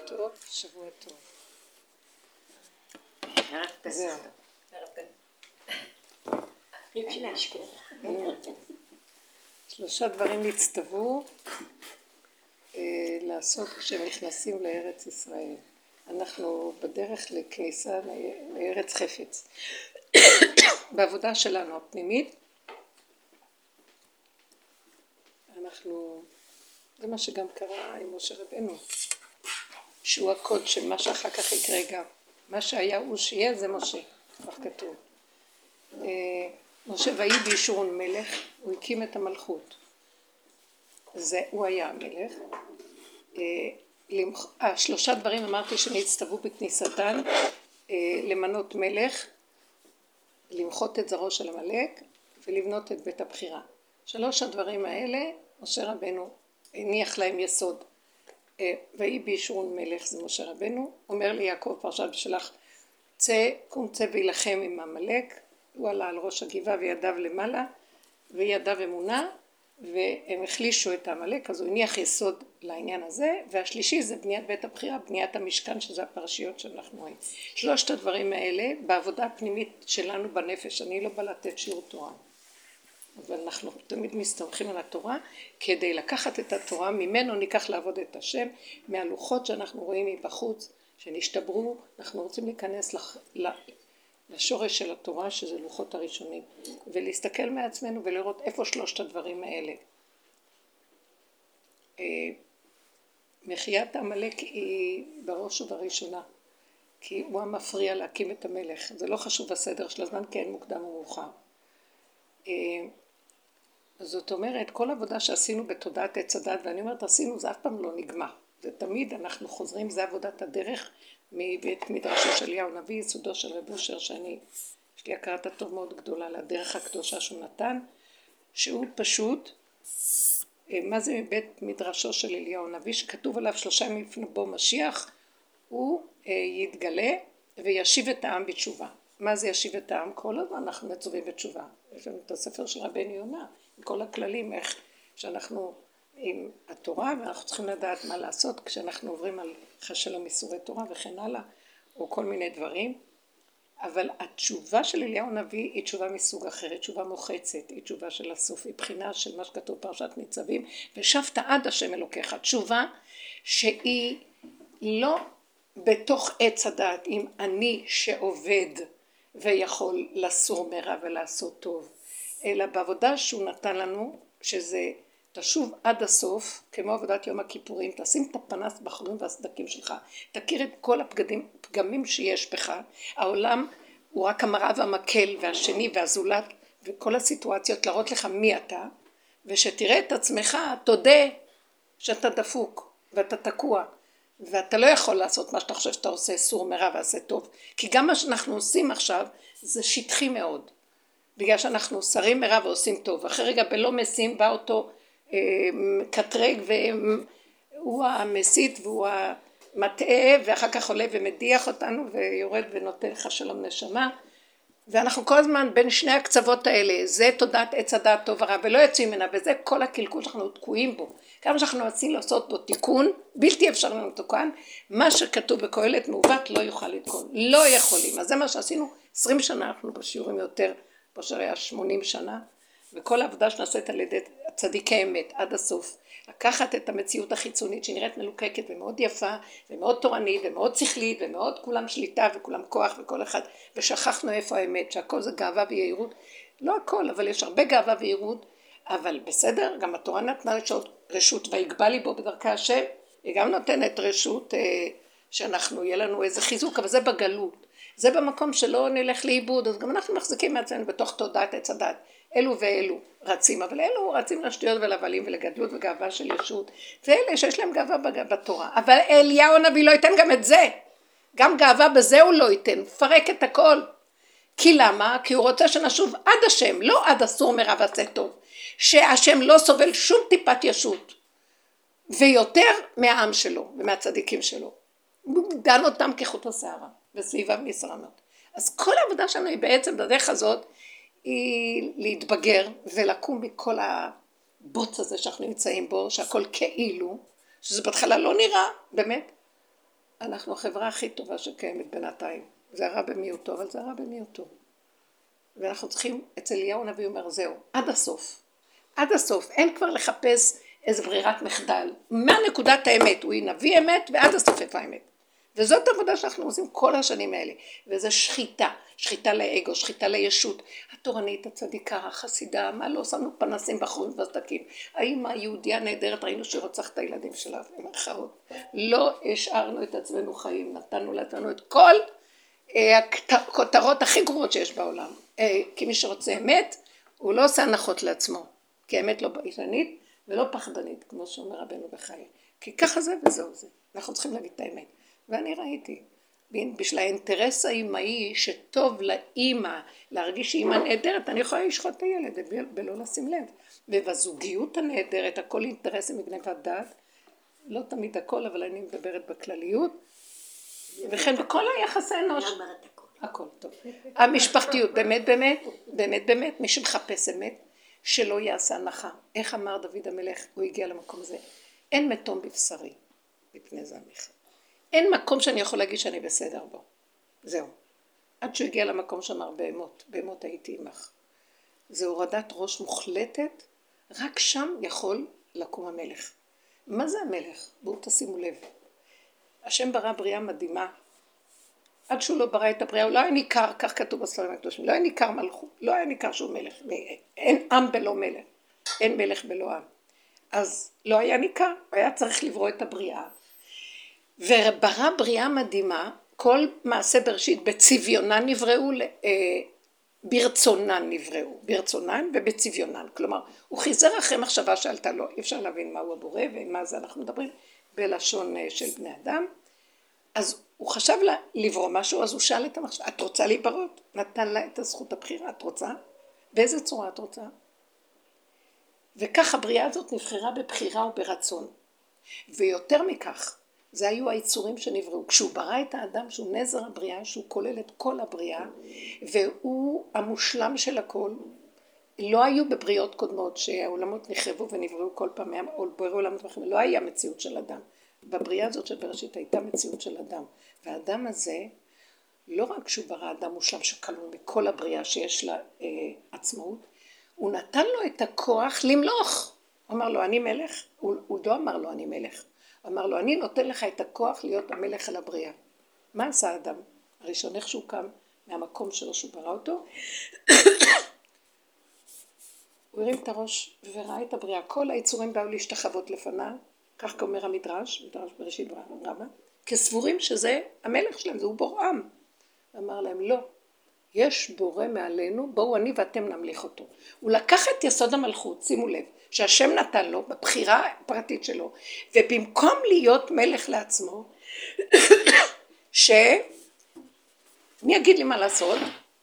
טוב, שבוע טוב. זהו. שלושה דברים נצטוו לעשות כשהם נכנסים לארץ ישראל. אנחנו בדרך לכניסה לארץ חפץ. בעבודה שלנו הפנימית, זה מה שגם קרה עם משה רבנו, שהוא הקוד של מה שאחר כך יקרה גם. מה שהיה הוא שיהיה זה משה, כך כתוב. משה ויהי בישורון מלך, הוא הקים את המלכות. הוא היה המלך. שלושה דברים אמרתי שנצטוו בכניסתן, למנות מלך, למחות את זרעו של עמלק ולבנות את בית הבחירה. שלוש הדברים האלה משה רבנו הניח להם יסוד. ויהי בישורון מלך זה משה רבנו, אומר לי יעקב פרשת בשלח, קום צא וילחם עם עמלק. הוא עלה על ראש הגבעה וידיו למעלה וידיו אמונה, והם החלישו את העמלק, אז הוא הניח יסוד לעניין הזה. והשלישי זה בניית בית הבחירה, בניית המשכן, שזה הפרשיות שאנחנו רואים. שלושת הדברים האלה בעבודה הפנימית שלנו בנפש. אני לא בא לתת שיעור תורה, אבל אנחנו תמיד מסתמכים על התורה כדי לקחת את התורה, ממנו ניקח לעבוד את השם, מהלוחות שאנחנו רואים מבחוץ שנשתברו. אנחנו רוצים להיכנס לשורש של התורה, שזה לוחות הראשונים, ולהסתכל מעצמנו ולראות איפה שלושת הדברים האלה. מחיית העמלק היא בראש ובראשונה, כי הוא המפריע להקים את המלך. זה לא חשוב הסדר של הזמן, כי אין מוקדם ומאוחר. זאת אומרת, כל עבודה שעשינו בתודעת עץ הדת, ואני אומרת עשינו, זה אף פעם לא נגמר. זה תמיד אנחנו חוזרים, זה עבודת הדרך מבית מדרשו של אליהו הנביא, יסודו של רב אושר, יש לי הכרת הטוב מאוד גדולה לדרך הקדושה שהוא נתן, שהוא פשוט, מה זה מבית מדרשו של אליהו הנביא, שכתוב עליו 3 ימים לפני בוא משיח, הוא יתגלה וישיב את העם בתשובה. מה זה ישיב את העם? כל הזמן אנחנו מצווים בתשובה. יש לנו את הספר של רבנו יונה, עם כל הכללים, איך שאנחנו עם התורה, ואנחנו צריכים לדעת מה לעשות כשאנחנו עוברים על חשל מסורי תורה וכן הלאה, או כל מיני דברים. אבל התשובה של אליהו הנביא היא תשובה מסוג אחרת, תשובה מוחצת, היא תשובה של הסוף, היא בחינה של מה שכתוב פרשת ניצבים, ושבת עד השם אלוקיך. תשובה שהיא לא בתוך עץ הדעת, עם אני שעובד ויכול לסור מרע ולעשות טוב, אלא בעבודה שהוא נתן לנו, שזה תשוב עד הסוף, כמו עבודת יום הכיפורים, תשים את הפנס בחורים והסדקים שלך, תכיר את כל הפגמים שיש בך. העולם הוא רק המראה והמקל והשני והזולת, וכל הסיטואציות להראות לך מי אתה, ושתראה את עצמך, תודה שאתה דפוק ואתה תקוע, ואתה לא יכול לעשות מה שאתה חושב שאתה עושה, סור מרע ועשה טוב. כי גם מה שאנחנו עושים עכשיו זה שטחי מאוד, בגלל שאנחנו שרים מרע ועושים טוב. אחרי רגע בלא משים בא אותו קטרג, והוא המסית והוא המטעה, ואחר כך עולה ומדיח אותנו ויורד ונותן לך שלום נשמה. ואנחנו כל הזמן בין שני הקצוות האלה, זה תודעת עץ הדעת טוב ורע ולא יוצאים ממנה, וזה כל הקלקול שאנחנו תקועים בו. כמה שאנחנו רוצים לעשות בו תיקון, בלתי אפשר לנו תוקן, מה שכתוב בקהלת מעוות לא יוכל לתקון, לא יכולים. אז זה מה שעשינו 20 שנה, אנחנו בשיעורים יותר, פשוט היה 80 שנה, וכל העבודה שנעשית על ידי צדיקי אמת עד הסוף, לקחת את המציאות החיצונית שנראית מלוקקת ומאוד יפה ומאוד תורנית ומאוד שכלית ומאוד כולם שליטה וכולם כוח וכל אחד, ושכחנו איפה האמת, שהכל זה גאווה ויהירות. לא הכל, אבל יש הרבה גאווה ויהירות, אבל בסדר, גם התורה נתנה רשות ויגבה ליבו בדרכי השם, היא גם נותנת רשות שאנחנו יהיה לנו איזה חיזוק, אבל זה בגלות, זה במקום שלא נלך לאיבוד. אז גם אנחנו מחזיקים מעצמנו בתוך תודעת עץ הדת, אלו ואלו רצים, אבל אלו רצים לשטויות ולבלים ולגדלות וגאווה של ישות, ואלה שיש להם גאווה בתורה. אבל אליהו הנביא לא ייתן גם את זה, גם גאווה בזה הוא לא ייתן, פרק את הכל. כי למה? כי הוא רוצה שנשוב עד השם, לא עד הסור מרע ועשה טוב, שהשם לא סובל שום טיפת ישות, ויותר מהעם שלו ומהצדיקים שלו, הוא דן אותם כחוט השערה וסביבה מסרמות. אז כל העבודה שלנו היא בעצם בדרך הזאת, היא להתבגר ולקום מכל הבוץ הזה שאנחנו נמצאים בו, שהכל כאילו, שזה בהתחלה לא נראה, באמת. אנחנו החברה הכי טובה שקיימת בינתיים. זה הרע במיעוטו, אבל זה הרע במיעוטו. ואנחנו צריכים, אצל אליהו הנביא אומר, זהו, עד הסוף. עד הסוף, אין כבר לחפש איזה ברירת מחדל. מה נקודת האמת? הוא נביא אמת ועד הסוף איפה האמת. וזאת העבודה שאנחנו עושים כל השנים האלה. וזה שחיטה, שחיטה לאגו, שחיטה לישות. התורנית, הצדיקה, החסידה, מה לא שמנו פנסים בחורים וסדקים. האמא היהודיה נהדרת, ראינו שרוצח את הילדים שלה, במרכאות. לא השארנו את עצמנו חיים, נתנו לנו את כל הכותרות הכי גרועות שיש בעולם. כי מי שרוצה אמת, הוא לא עושה הנחות לעצמו. כי האמת לא בעיתנית ולא פחדנית, כמו שאומר רבנו בחיי. כי ככה זה וזהו זה. אנחנו צריכים להגיד את האמת. ואני ראיתי, בשביל האינטרס האימהי שטוב לאימא להרגיש שאימא נהדרת, אני יכולה לשחוט את הילד ולא לשים לב. ובזוגיות הנהדרת, הכל אינטרס מגנבת דעת, לא תמיד הכל, אבל אני מדברת בכלליות, וכן בכל היחסי אנוש. הכל טוב. המשפחתיות, באמת, מי שמחפש אמת, שלא יעשה הנחה. איך אמר דוד המלך, הוא הגיע למקום הזה, אין מתום בבשרי, מפני זעמיך. אין מקום שאני יכול להגיד שאני בסדר בו. זהו. עד שהוא הגיע למקום שאמר בהמות הייתי עמך. זה הורדת ראש מוחלטת, רק שם יכול לקום המלך. מה זה המלך? בואו תשימו לב. השם ברא בריאה מדהימה. עד שהוא לא ברא את הבריאה, הוא לא היה ניכר, כך כתוב בספרים הקדושים, לא היה ניכר מלכות, לא היה ניכר שהוא מלך. אין עם בלא מלך, אין מלך בלא עם. אז לא היה ניכר, הוא היה צריך לברוא את הבריאה. וברא בריאה מדהימה, כל מעשה בראשית בצביונן נבראו, ברצונן נבראו, ברצונן ובצביונן. כלומר, הוא חיזר אחרי מחשבה שעלתה לו, אי אפשר להבין מהו הבורא ומה זה אנחנו מדברים, בלשון של בני אדם. אז הוא חשב לברוא משהו, אז הוא שאל את המחשבה, את רוצה להיברות? נתן לה את הזכות הבחירה, את רוצה? באיזה צורה את רוצה? וכך הבריאה הזאת נבחרה בבחירה וברצון. ויותר מכך, זה היו היצורים שנבראו. כשהוא ברא את האדם שהוא נזר הבריאה, שהוא כולל את כל הבריאה, והוא המושלם של הכל, לא היו בבריאות קודמות שהעולמות נחרבו ונבראו כל פעם, או בורא עולמות וחיים, לא היה מציאות של אדם. בבריאה הזאת של בראשית הייתה מציאות של אדם. והאדם הזה, לא רק שהוא ברא אדם מושלם שכלול מכל הבריאה שיש לה עצמאות, הוא נתן לו את הכוח למלוך. הוא אמר לו, אני מלך. הוא לא אמר לו, אני מלך. הוא אמר לו, אני נותן לך את הכוח להיות המלך על הבריאה. מה עשה האדם? הראשון, איך שהוא קם מהמקום שלו שהוא ברא אותו, הוא הרים את הראש וראה את הבריאה. כל היצורים באו להשתחוות לפניו, כך אומר המדרש, מדרש בראשית רבה, כסבורים שזה המלך שלהם, זהו בוראם. אמר להם, לא, יש בורא מעלינו, בואו אני ואתם נמליך אותו. הוא לקח את יסוד המלכות, שימו לב, שהשם נתן לו בבחירה הפרטית שלו, ובמקום להיות מלך לעצמו, מי יגיד לי מה לעשות?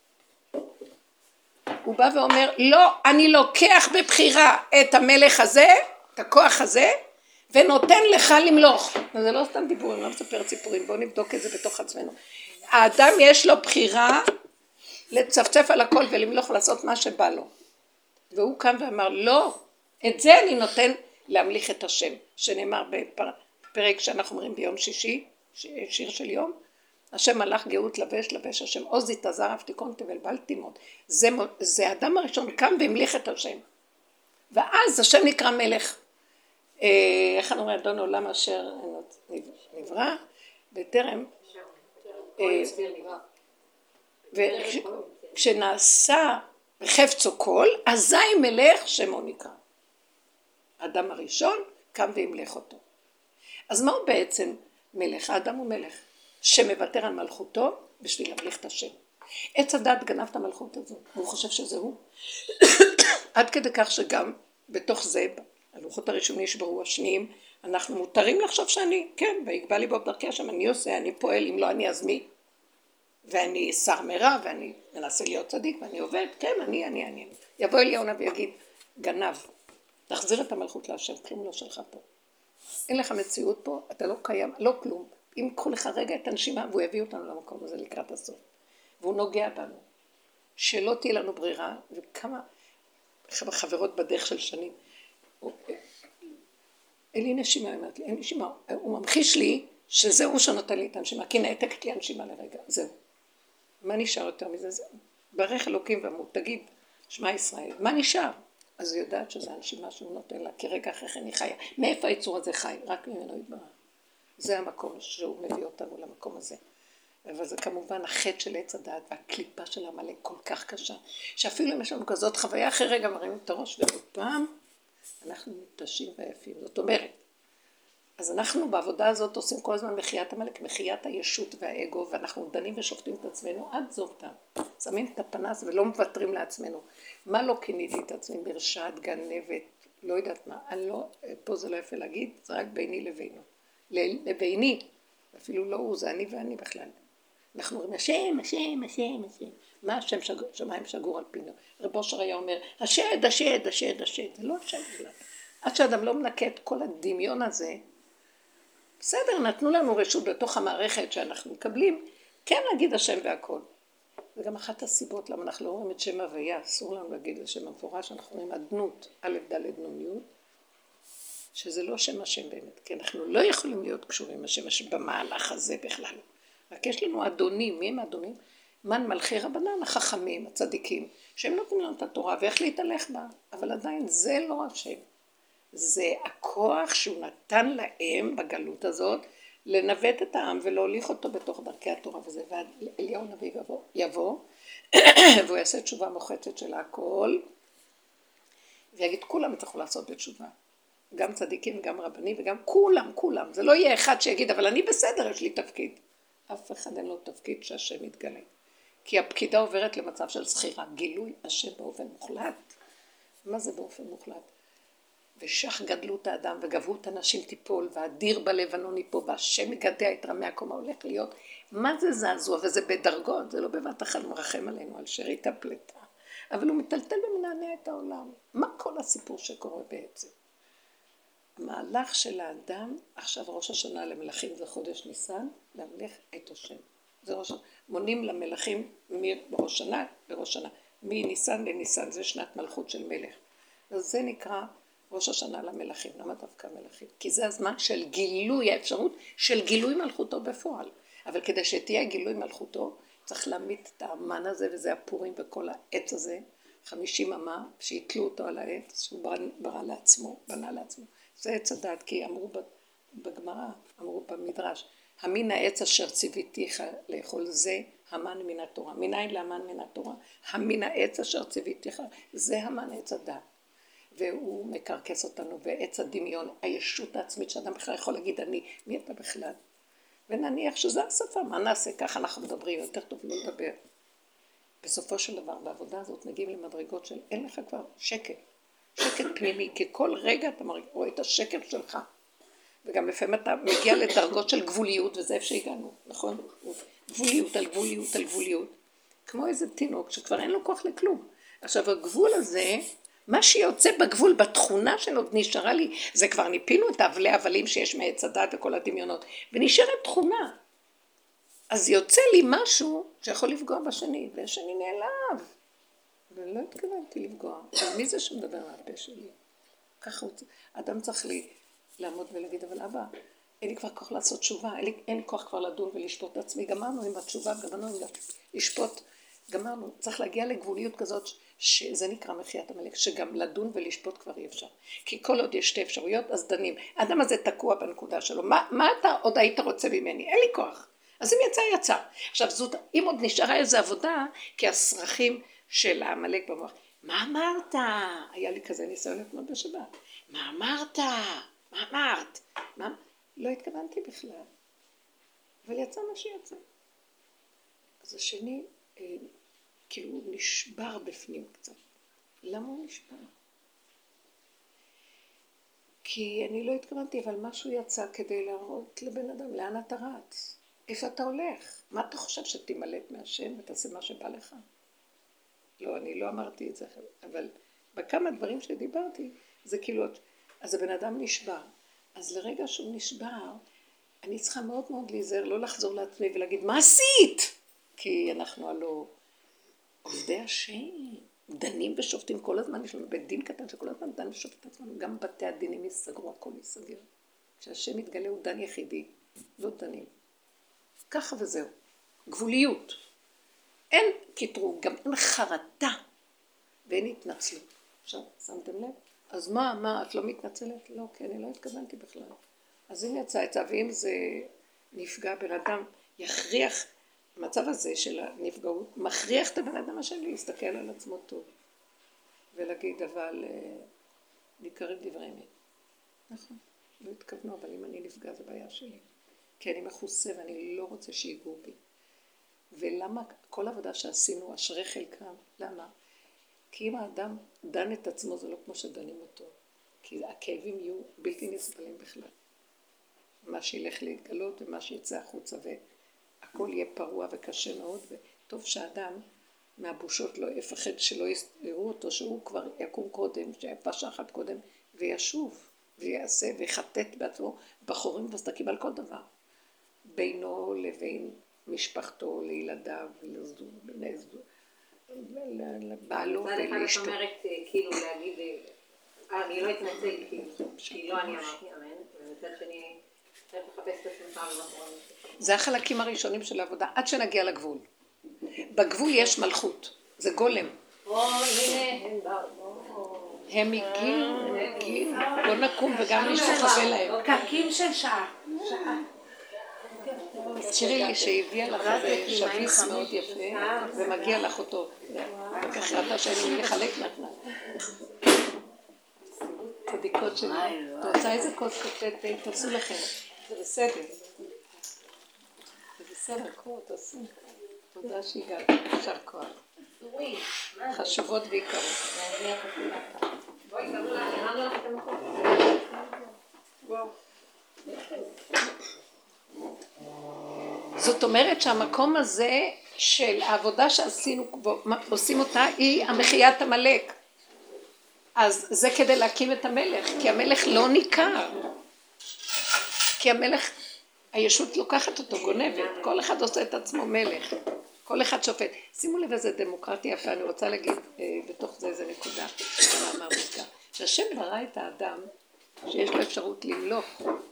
הוא בא ואומר, לא, אני לוקח בבחירה את המלך הזה, את הכוח הזה, ונותן לך למלוך. זה לא סתם דיבורים, לא מספר ציפורים, בואו נבדוק את זה בתוך עצמנו. האדם יש לו בחירה לצפצף על הכל ולמלוך, לעשות מה שבא לו. והוא קם ואמר, לא, את זה אני נותן להמליך את השם, שנאמר בפרק שאנחנו אומרים ביום שישי, שיר של יום, השם מלך גאות לבש השם עוז יתעזר אף תיכון תבל בל תימות. זה האדם הראשון קם והמליך את השם. ואז השם נקרא מלך. איך אני אומר, אדון עולם אשר נברא, בטרם, וכשנעשה בחפצו כל, אזי מלך שמו נקרא. האדם הראשון קם והמליך אותו. אז מהו בעצם מלך? האדם הוא מלך שמוותר על מלכותו בשביל להמליך את השם. עץ הדת גנב את המלכות הזו, והוא חושב שזה הוא. עד כדי כך שגם בתוך זה, הלוחות הראשונים שברו השניים, אנחנו מותרים לחשוב שאני, כן, ויגבה לי בו בדרכי השם, אני עושה, אני פועל, אם לא אני אז מי? ואני שר מרע, ואני מנסה להיות צדיק, ואני עובד, כן, אני. יבוא אליהו הנביא ויגיד, גנב, תחזיר את המלכות להשם, כלום לא שלך פה. אין לך מציאות פה, אתה לא קיים, לא כלום. אם קחו לך רגע את הנשימה, והוא יביא אותנו למקום הזה לקראת הסוף. והוא נוגע בנו. שלא תהיה לנו ברירה, וכמה חברות בדרך של שנים. אין לי נשימה, הוא ממחיש לי שזה הוא שנותן לי את הנשימה, כי נעתקת לי הנשימה לרגע, זהו. מה נשאר יותר מזה? זהו. ברך אלוקים ואמרו, תגיד, שמע ישראל, מה נשאר? אז היא יודעת שזה הנשימה שהוא נותן לה, כי רגע אחרי כן היא חיה. מאיפה היצור הזה חי? רק ממנו יתברך. זה המקום שהוא מביא אותנו למקום הזה. אבל זה כמובן החטא של עץ הדעת והקליפה של עמלק כל כך קשה, שאפילו אם יש לנו כזאת חוויה, אחרי רגע מרימים את הראש ועוד פעם, אנחנו מתשים ויפים. זאת אומרת, אז אנחנו בעבודה הזאת עושים כל הזמן מחיית עמלק, מחיית הישות והאגו, ואנחנו דנים ושופטים את עצמנו עד זובתם. שמים את הפנס ולא מוותרים לעצמנו. מה לא כיניתי את עצמי? מרשעת, גנבת, לא יודעת מה. לא, פה זה לא יפה להגיד, זה רק ביני לבינו. לביני, אפילו לא הוא, זה אני ואני בכלל. אנחנו אומרים, השם, השם, השם, השם. מה השם שמיים שגור על פינו? רב אושר היה אומר, השד, השד, השד, השד. זה לא השם בכלל. עד שאדם לא מנקה את כל הדמיון הזה, בסדר, נתנו לנו רשות בתוך המערכת שאנחנו מקבלים, כן להגיד השם והכל. זה גם אחת הסיבות למה אנחנו לא רואים את שם הוויה, אסור לנו להגיד השם המפורש, אנחנו רואים אדנות, א' ד' נ' י', שזה לא שם השם באמת, כי אנחנו לא יכולים להיות קשורים עם השם במהלך הזה בכלל. רק יש לנו אדונים, מי הם אדונים? מן מלכי רבנן, החכמים, הצדיקים, שהם נותנים לנו את התורה ואיך להתהלך בה, אבל עדיין זה לא השם. זה הכוח שהוא נתן להם בגלות הזאת, לנווט את העם ולהוליך אותו בתוך דרכי התורה וזה, ואליהו הנביא יבוא, והוא יעשה תשובה מוחצת של הכל, ויגיד כולם יצטרכו לעשות בתשובה, גם צדיקים וגם רבנים וגם כולם, זה לא יהיה אחד שיגיד אבל אני בסדר, יש לי תפקיד, אף אחד אין לו תפקיד שהשם יתגלה, כי הפקידה עוברת למצב של זכירה, גילוי השם באופן מוחלט. מה זה באופן מוחלט? ושך גדלות האדם וגבהות את הנשים תיפול, והדיר בלבנון יפול, והשם יגדע את רמי הקומה, הולך להיות, מה זה זעזוע? וזה בדרגות, זה לא בבת אחת מרחם עלינו, על שארית הפלטה, אבל הוא מטלטל ומנענע את העולם. מה כל הסיפור שקורה בעצם? המהלך של האדם, עכשיו ראש השנה למלכים זה חודש ניסן, להמליך את השם. זה ראש, מונים למלכים מראש שנה לראש שנה, מניסן לניסן, זה שנת מלכות של מלך. אז זה נקרא ראש השנה למלכים, למה דווקא מלכים? כי זה הזמן של גילוי, האפשרות של גילוי מלכותו בפועל. אבל כדי שתהיה גילוי מלכותו, צריך להמיט את האמן הזה, וזה הפורים וכל העץ הזה, 50 אמה, שיתלו אותו על העץ, שהוא ברא לעצמו, בנה לעצמו. זה עץ הדעת, כי אמרו בגמרא, אמרו במדרש, המין העץ אשר ציוויתיך לאכול זה המן מן התורה. מניין להמן מן התורה? המין העץ אשר ציוויתיך, זה המן עץ הדעת. והוא מקרקס אותנו, ועץ הדמיון, הישות העצמית שאדם בכלל יכול להגיד, אני, מי אתה בכלל? ונניח שזה השפה, מה נעשה? ככה אנחנו מדברים, יותר טוב לא לדבר. בסופו של דבר, בעבודה הזאת מגיעים למדרגות של, אין לך כבר שקט, שקט פנימי, כי כל רגע אתה רואה את השקט שלך, וגם לפעמים אתה מגיע לדרגות של גבוליות, וזה איפה שהגענו, נכון? גבוליות על גבוליות על גבוליות, כמו איזה תינוק שכבר אין לו כוח לכלום. עכשיו הגבול הזה, מה שיוצא בגבול, בתכונה שלו, נשארה לי, זה כבר ניפינו את האבלי הבלים שיש מעץ הדת וכל הדמיונות, ונשארת תכונה. אז יוצא לי משהו שיכול לפגוע בשני, והשני נעלב. ולא התכוונתי לפגוע. אז מי זה שמדבר על הפה שלי? ככה אדם צריך לעמוד ולהגיד, אבל אבא, אין לי כבר כוח לעשות תשובה, אין לי כוח כבר לדון ולשפוט את עצמי. גמרנו עם התשובה, גמרנו עם לשפוט, גמרנו. צריך להגיע לגבוליות כזאת, שזה נקרא מחיית המלך, שגם לדון ולשפוט כבר אי אפשר. כי כל עוד יש שתי אפשרויות, אז דנים. האדם הזה תקוע בנקודה שלו. מה אתה עוד היית רוצה ממני? אין לי כוח. אז אם יצא, יצא. עכשיו, אם עוד נשארה איזו עבודה, כי הסרחים של המלך במוח, מה אמרת? היה לי כזה ניסיון אתמול בשבת. מה אמרת? מה אמרת? לא התכוונתי בכלל. אבל יצא מה שיצא. אז השני, כאילו נשבר בפנים קצת. למה הוא נשבר? כי אני לא התכוונתי, אבל משהו יצא כדי להראות לבן אדם, לאן אתה רץ? איפה אתה הולך? מה אתה חושב שתימלט מהשם ותעשה מה שבא לך? לא, אני לא אמרתי את זה, אבל בכמה דברים שדיברתי, זה כאילו, אז הבן אדם נשבר. אז לרגע שהוא נשבר, אני צריכה מאוד מאוד להיזהר, לא לחזור לעצמי ולהגיד, מה עשית? כי אנחנו הלא עובדי השם, דנים ושופטים כל הזמן, יש לנו בית דין קטן שכל הזמן דן ושופט את עצמנו, גם בתי הדינים יסגרו, הכל יסגר. כשהשם מתגלה הוא דן יחידי, לא דנים. ככה וזהו. גבוליות. אין קטרוג, גם אין חרטה ואין התנצלות. עכשיו, שמתם לב? אז מה, את לא מתנצלת? לא, כי אני לא התכוונתי בכלל. אז הנה יצא את זה, ואם זה נפגע בן אדם, יכריח, המצב הזה של הנפגעות, מכריח את הבן אדם השני להסתכל על עצמו טוב. ולהגיד, אבל להיקרב דברי אמת. נכון, לא התכוונו, אבל אם אני נפגע זה בעיה שלי. כי אני מכוסה ואני לא רוצה שיגעו בי. ולמה כל עבודה שעשינו, אשרי חלקם, למה? כי אם האדם דן את עצמו, זה לא כמו שדנים אותו. כי הכאבים יהיו בלתי נסבלים בכלל. מה שילך להתגלות ומה שיצא החוצה, והכל יהיה פרוע וקשה מאוד, וטוב שהאדם מהבושות לא יפחד שלא יראו אותו, שהוא כבר יקום קודם, שיפה אחת קודם, וישוב, ויעשה, ויחטט בעצמו בחורים וסדקים על כל דבר. בינו לבין משפחתו, לילדיו, לבני זוג, לבעלו ולאשתו. את אומרת כאילו להגיד, אני לא אתנצל כי לא אני אמרתי אמן, ומצד שני צריך לחפש את השמחה ובחרון. זה החלקים הראשונים של העבודה, עד שנגיע לגבול. בגבול יש מלכות, זה גולם. הנה הם באו. הם הגיעו, בוא נקום וגם נשתחווה להם. פקקים של שעה. תראי לי שהביאה לך איזה שביס מאוד יפה, ומגיע לך אותו. כך ראתה שאני לחלק לך. צדיקות שלי. אתה רוצה איזה כוס קפה, תעשו לכם. זה בסדר. זה בסדר, קחו, תעשו. תודה שהגעת, אפשר כוח. חשובות ויקרות. בואי, תראו לך, אמרנו לך את המקום. וואו. זאת אומרת שהמקום הזה של העבודה שעשינו, עושים אותה, היא המחיית המלך. אז זה כדי להקים את המלך, כי המלך לא ניכר. כי המלך, הישות לוקחת אותו, גונבת. כל אחד עושה את עצמו מלך. כל אחד שופט. שימו לב איזה דמוקרטיה יפה, אני רוצה להגיד בתוך זה איזה נקודה. מאמר מוסגר. שהשם ברא את האדם שיש לו אפשרות למלוך.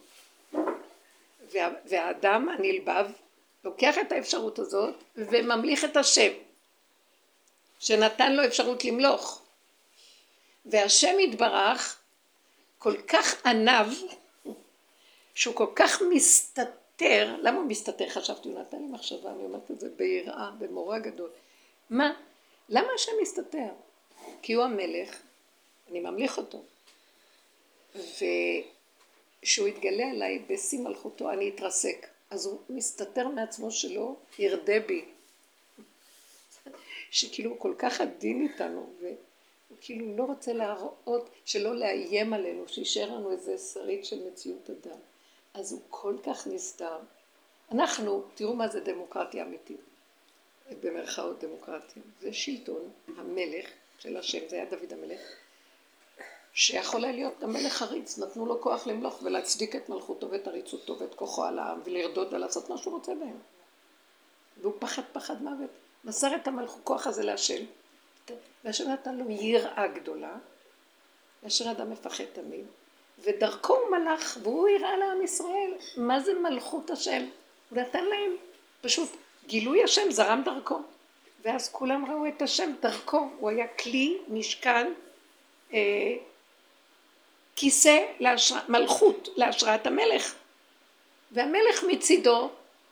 והאדם הנלבב לוקח את האפשרות הזאת וממליך את השם שנתן לו אפשרות למלוך. והשם יתברך כל כך ענב שהוא כל כך מסתתר. למה הוא מסתתר? חשבתי, הוא נתן לי מחשבה, אני אומרת את זה ביראה, במורא גדול. מה? למה השם מסתתר? כי הוא המלך, אני ממליך אותו. שהוא יתגלה עליי בשיא מלכותו, אני אתרסק. אז הוא מסתתר מעצמו שלו, ירדה בי. שכאילו הוא כל כך עדין איתנו, והוא כאילו לא רוצה להראות, שלא לאיים עלינו, שישאר לנו איזה שריד של מציאות אדם. אז הוא כל כך נסתר. אנחנו, תראו מה זה דמוקרטיה אמיתית. במרכאות דמוקרטיה. זה שלטון, המלך של השם, זה היה דוד המלך. שיכול היה להיות המלך חריץ, נתנו לו כוח למלוך ולהצדיק את מלכותו ואת עריצותו ואת כוחו על העם ולרדות ולעשות מה שהוא רוצה בהם. והוא פחד מוות, מסר את הכוח הזה להשם, והשם נתן לו יראה גדולה, אשר אדם מפחד תמיד, ודרכו הוא מלך, והוא יראה לעם ישראל. מה זה מלכות השם? הוא נתן להם פשוט גילוי השם, זרם דרכו, ואז כולם ראו את השם דרכו, הוא היה כלי, משכן, כיסא מלכות להשראת המלך. והמלך מצידו,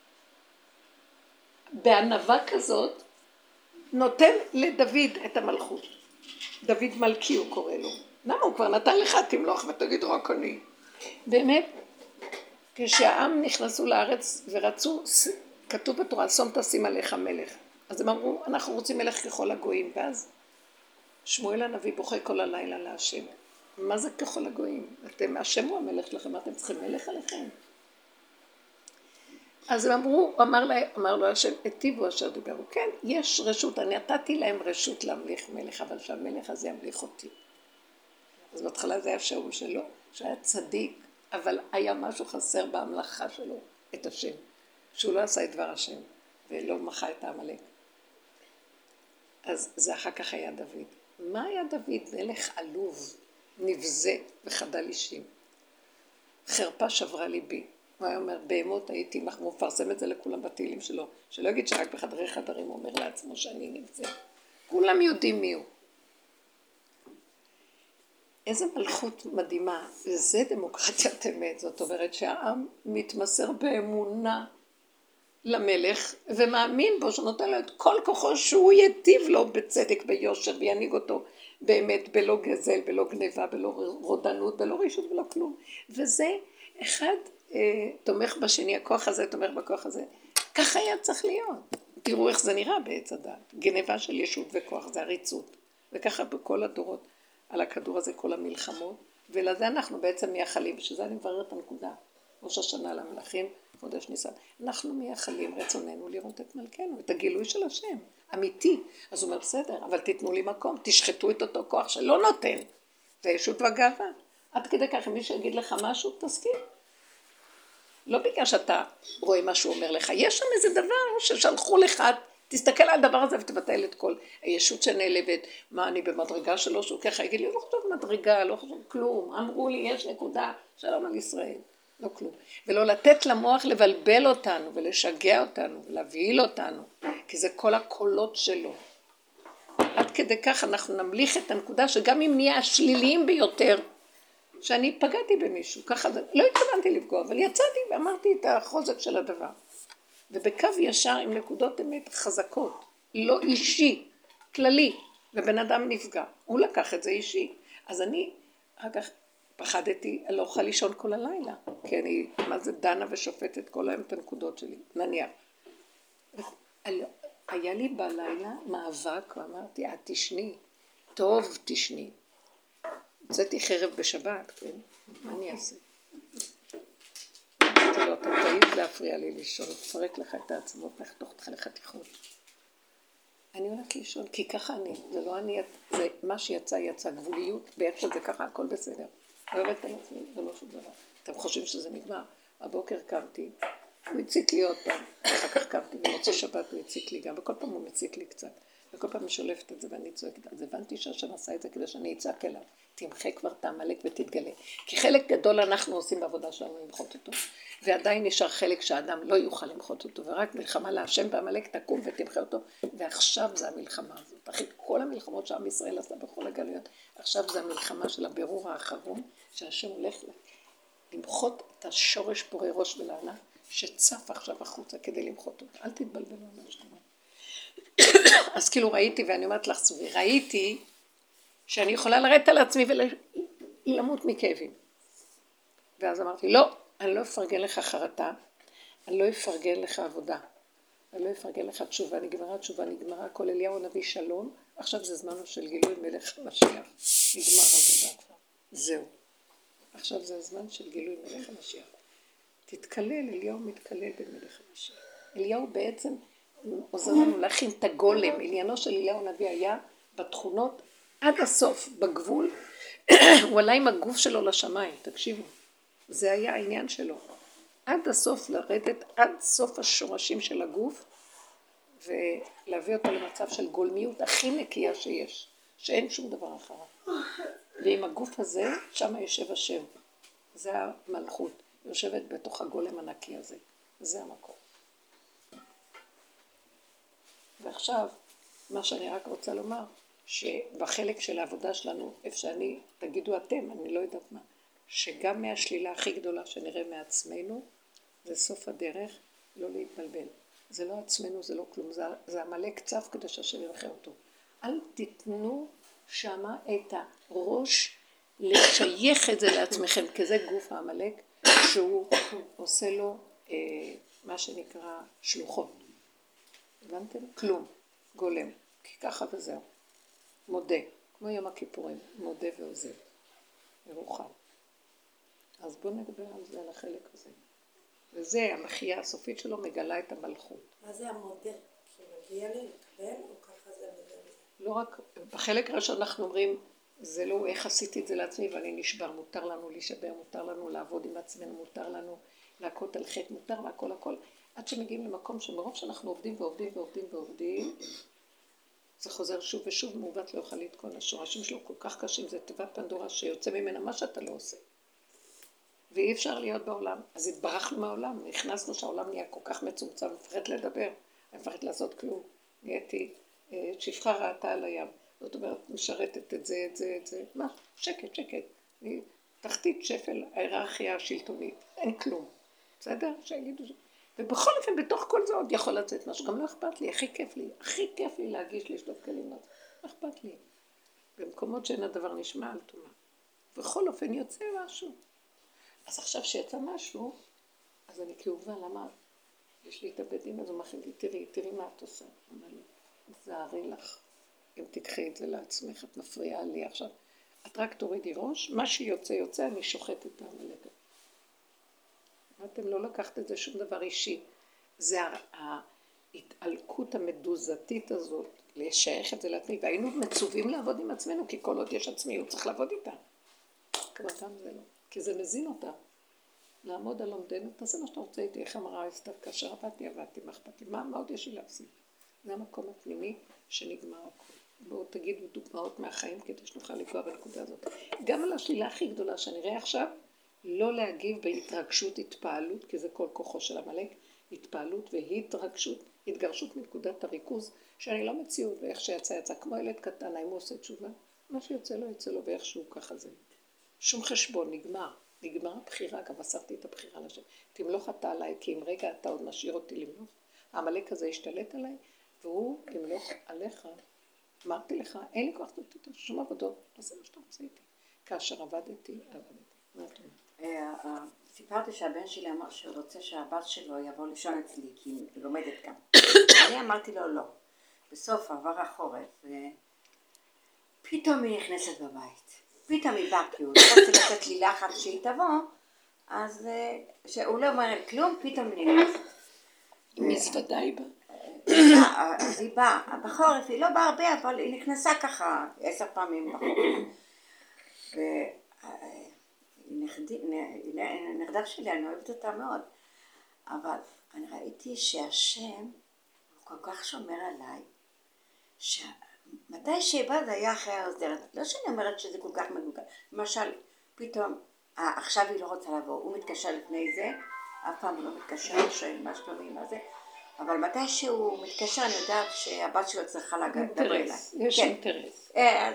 בענווה כזאת, נותן לדוד את המלכות. דוד מלכי הוא קורא לו. למה? הוא כבר נתן לך, תמלוך ותגיד רק אני. באמת, כשהעם נכנסו לארץ ורצו, כתוב בתורה, שום תשים עליך מלך. אז הם אמרו, אנחנו רוצים מלך ככל הגויים. ואז שמואל הנביא בוכה כל הלילה להשם. מה זה ככל הגויים? אתם, השם הוא המלך שלכם, אתם צריכים מלך עליכם. אז הם אמרו, אמר לו השם, היטיבו אשר דיברו. כן, יש רשות, אני נתתי להם רשות להמליך מלך, אבל שהמלך הזה ימליך אותי. אז בהתחלה זה היה שאול שלו, שהיה צדיק, אבל היה משהו חסר בהמלכה שלו, את השם. שהוא לא עשה את דבר השם, ולא מחה את העמלק. אז זה אחר כך היה דוד. מה היה דוד? מלך עלוב, נבזה וחדל אישים. חרפה שברה ליבי. הוא היה אומר, בהמות הייתי, הוא מפרסם את זה לכולם בתהילים שלו, שלא יגיד שרק בחדרי חדרים הוא אומר לעצמו שאני נמצא. כולם יודעים מי הוא. איזה מלכות מדהימה, וזה דמוקרטיית אמת, זאת אומרת שהעם מתמסר באמונה למלך, ומאמין בו שנותן לו את כל כוחו שהוא יטיב לו בצדק, ביושר, וינהיג אותו באמת, בלא גזל, בלא גניבה, בלא רודנות, בלא רישות, בלא כלום. וזה אחד תומך בשני, הכוח הזה תומך בכוח הזה. ככה היה צריך להיות. תראו איך זה נראה בעץ הדת. גניבה של ישות וכוח, זה הריצות. וככה בכל הדורות על הכדור הזה, כל המלחמות. ולזה אנחנו בעצם מייחלים, ושזה אני מברר את הנקודה. ראש השנה למלכים, חודש ניסן. אנחנו מייחלים רצוננו לראות את מלכנו, את הגילוי של השם, אמיתי. אז הוא אומר, בסדר, אבל תיתנו לי מקום, תשחטו את אותו כוח שלא נותן. זה ישות והגאווה. עד כדי כך, אם מישהו יגיד לך משהו, תסכים. לא בגלל שאתה רואה מה שהוא אומר לך. יש שם איזה דבר ששלחו לך, תסתכל על הדבר הזה ותבטל את כל הישות שנעלבת. מה, אני במדרגה שלו, שהוא ככה יגיד לי, לא חושב מדרגה, לא חושב כלום. אמרו לי, יש נקודה, שלום על ישראל. לא כלום. ולא לתת למוח לבלבל אותנו ולשגע אותנו ולהבהיל אותנו, כי זה כל הקולות שלו. עד כדי כך אנחנו נמליך את הנקודה שגם אם נהיה השליליים ביותר, שאני פגעתי במישהו, ככה זה, לא התכוונתי לפגוע, אבל יצאתי ואמרתי את החוזק של הדבר. ובקו ישר עם נקודות אמת חזקות, לא אישי, כללי, ובן אדם נפגע. הוא לקח את זה אישי. אז אני, אחר כך, פחדתי, אני לא אוכל לישון כל הלילה, כי אני, מה זה, דנה ושופטת כל היום את הנקודות שלי, נניח. היה לי בלילה מאבק, ואמרתי, את תשני, טוב תשני. הוצאתי חרב בשבת, כן? מה אני אעשה? אמרתי לו, אתה תעיד להפריע לי לישון, תפרק לך את העצמות, נחתוך אותך לחתיכות. אני הולכת לישון, כי ככה אני, זה לא אני, זה מה שיצא, יצא גבוליות, באיך שזה ככה, הכל בסדר. לא יורדת על עצמי, זה לא שום דבר. אתם חושבים שזה נגמר? הבוקר קמתי, הוא הציק לי עוד פעם, אחר כך קמתי, במוצאי שבת הוא הציק לי גם, וכל פעם הוא מציק לי קצת, וכל פעם אני שולפת את זה ואני צועקת, אז הבנתי שהשם עשה את זה כדי שאני אצעק אליו, תמחה כבר את העמלק ותתגלה, כי חלק גדול אנחנו עושים בעבודה שלנו למחות אותו, ועדיין נשאר חלק שהאדם לא יוכל למחות אותו, ורק מלחמה להשם בעמלק תקום ותמחה אותו, ועכשיו זה המלחמה הזאת, אחרי כל המלחמות שעם ישראל עשה בכל הגלויות, עכשיו זה המלחמה של הבירור האחרון, שהשם הולך למחות את השורש פורי ראש ולענה, שצף עכשיו החוצה כדי למחות אותה. אל תתבלבלו על מה שאתה אומר. אז כאילו ראיתי, ואני אומרת לך צובי, ראיתי שאני יכולה לרדת על עצמי ולמות מכאבים. ואז אמרתי, לא, אני לא אפרגן לך חרטה, אני לא אפרגן לך עבודה, אני לא אפרגן לך תשובה, נגמרה, כל אליהו הנביא שלום, עכשיו זה זמנו של גילוי מלך המשיח. נגמר עבודה כבר. זהו. עכשיו זה הזמן של גילוי מלך המשיח. תתקלל, אליהו מתקלל במלך המשיח. אליהו בעצם עוזר לנו להכין את הגולם. עניינו של אליהו הנביא היה בתכונות עד הסוף, בגבול. הוא עלה עם הגוף שלו לשמיים, תקשיבו. זה היה העניין שלו. עד הסוף לרדת, עד סוף השורשים של הגוף, ולהביא אותו למצב של גולמיות הכי נקייה שיש, שאין שום דבר אחר. ועם הגוף הזה, שם יושב השם. זה המלכות. יושבת בתוך הגולם הנקי הזה. זה המקום. ועכשיו, מה שאני רק רוצה לומר, שבחלק של העבודה שלנו, איפה שאני, תגידו אתם, אני לא יודעת מה, שגם מהשלילה הכי גדולה שנראה מעצמנו, זה סוף הדרך, לא להתבלבל. זה לא עצמנו, זה לא כלום, זה המלאק צף כדי שהשם ירחם אותו. אל תיתנו שמה את הראש לשייך את זה לעצמכם, כי זה גוף המלאק, שהוא עושה לו מה שנקרא שלוחות. הבנתם? כלום, גולם, כי ככה וזהו. מודה, כמו יום הכיפורים, מודה ועוזב, ורוחל. אז בואו נדבר על זה, על החלק הזה. וזה, המחייה הסופית שלו מגלה את המלכות. מה זה המודה? שמגיע לי לקבל או ככה זה מגלה? לא רק, בחלק הראשון אנחנו אומרים, זה לא איך עשיתי את זה לעצמי ואני נשבר, מותר לנו להישבר, מותר לנו לעבוד עם עצמנו, מותר לנו להכות על חטא, מותר והכל הכל, עד שמגיעים למקום שמרוב שאנחנו עובדים ועובדים ועובדים ועובדים, זה חוזר שוב ושוב, מעוות לא יוכל לתקון, השורשים שלו כל כך קשים, זה תיבת פנדורה שיוצא ממנה מה שאתה לא עושה. ואי אפשר להיות בעולם. אז התברחנו מהעולם, נכנסנו שהעולם נהיה כל כך מצומצם, מפחד לדבר, אני מפחד לעשות כלום. נהייתי שפחה ראתה על הים. זאת אומרת, משרתת את זה, את זה, את זה. מה? שקט, שקט. תחתית שפל ההיררכיה השלטונית. אין כלום. בסדר? שיגידו ש... ובכל אופן, בתוך כל זה עוד יכול לצאת משהו. גם לא אכפת לי, הכי כיף לי להגיש לשלוף כלים. לא אכפת לי. במקומות שאין הדבר נשמע על תומה. בכל אופן יוצא משהו. אז עכשיו שיצא משהו, אז אני כאובה, למה? יש לי את הבדים, אז הוא מכין לי, תראי מה את עושה. אומר לי, זערי לך. אם תקחי את זה לעצמך, את מפריעה לי עכשיו. את רק תורידי ראש, מה שיוצא יוצא, אני שוחט את העמלק. אתם לא לקחת את זה שום דבר אישי. זה ההתעלקות המדוזתית הזאת, לשייך את זה לעצמי, והיינו מצווים לעבוד עם עצמנו, כי כל עוד יש עצמיות צריך לעבוד איתה. כבר גם זה לא, כי זה מזין אותה. לעמוד על עומדנו, תעשה מה שאתה רוצה איתי, איך אמרה אסתר, כאשר עבדתי, מה אכפת לי? מה עוד יש לי להפסיד? זה המקום הפנימי שנגמר הכל. בואו תגידו דוגמאות מהחיים כדי שנוכל לקרוא בנקודה הזאת. גם על השלילה הכי גדולה שאני רואה עכשיו, לא להגיב בהתרגשות, התפעלות, כי זה כל כוחו של המלאק, התפעלות והתרגשות, התגרשות מנקודת הריכוז, שאני לא מציאות ואיך שיצא, כמו ילד קטן, האם הוא עושה תשובה? מה שיוצא לו, יוצא לו ואיכשהו ככה זה. שום חשבון, נגמר הבחירה, גם אספתי את הבחירה לשם. תמלוך אתה עליי, כי אם רגע אתה עוד משאיר אותי למלוך, המלאק הזה ישתלט עליי, והוא ימלוך עליך. אמרתי לך, אין לי כוח לתת שום עבודות, תעשה מה שאתה רוצה איתי. כאשר עבדתי. מה את אומרת? סיפרתי שהבן שלי אמר שהוא רוצה שהבת שלו יבוא לישון אצלי, כי היא לומדת כאן. אני אמרתי לו לא. בסוף עבר החורף, ופתאום היא נכנסת בבית. פתאום היא באה, כי הוא רוצה לתת לי לחץ שהיא תבוא, אז שהוא לא אומר כלום, פתאום היא נכנסת. מזוודה היא באה. אז היא באה, בחורף היא לא באה הרבה, אבל היא נכנסה ככה 10 פעמים בחורף. נכדה שלי, אני אוהבת אותה מאוד, אבל אני ראיתי שהשם הוא כל כך שומר עליי, מתי שבא זה היה אחרי העוזרת, לא שאני אומרת שזה כל כך מגוגל, למשל פתאום עכשיו היא לא רוצה לבוא, הוא מתקשר לפני זה, אף פעם הוא לא מתקשר, שואל מה שלומי, מה זה, אבל מתי שהוא מתקשר אני יודעת שהבת שלו צריכה לדבר אליי. יש אינטרס.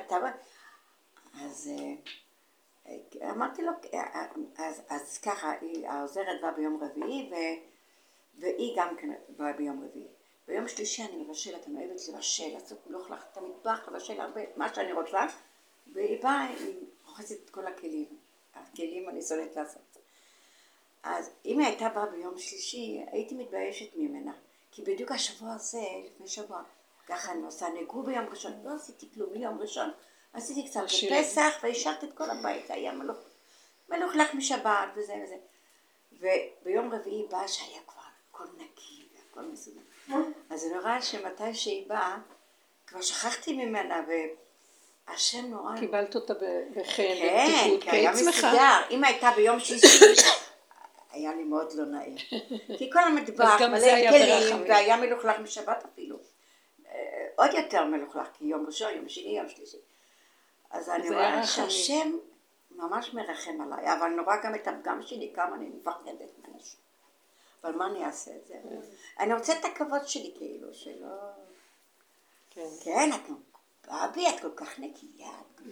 אז אמרתי לו, אז ככה, העוזרת באה ביום רביעי, והיא גם כן באה ביום רביעי. ביום שלישי אני מבשלת, אני אוהבת לבשל, לעשות מלוך לך את המטבח, לבשל הרבה, מה שאני רוצה, והיא באה, היא רוחצת את כל הכלים אני שונאת לעשות. אז אם היא הייתה באה ביום שלישי, הייתי מתביישת ממנה, כי בדיוק השבוע הזה, לפני שבוע, ככה אני עושה נגעו ביום ראשון, לא עשיתי כלום, מיום ראשון, עשיתי קצת בפסח, והשארת את כל הבית, היה מלוך לך משבת וזה וזה. וביום רביעי באה שהיה כבר הכל נקי והכל מסודר. אז אני רואה שמתי שהיא באה, כבר שכחתי ממנה, והשם נורא... קיבלת אותה בחן, כן, כי היה מסודר. אם הייתה ביום שישי, היה לי מאוד לא נעים. כי כל המטבח מלא כלים, והיה מלוכלך משבת אפילו. עוד יותר מלוכלך, כי יום ראשון, יום שני, יום שלישי. אז אני רואה שהשם ממש מרחם עליי, אבל נורא גם את הפגם שלי, כמה אני מפחדת מאנשים. אבל מה אני אעשה את זה? אני רוצה את הכבוד שלי כאילו, שלא... כן, את בבי, את כל כך נקייה.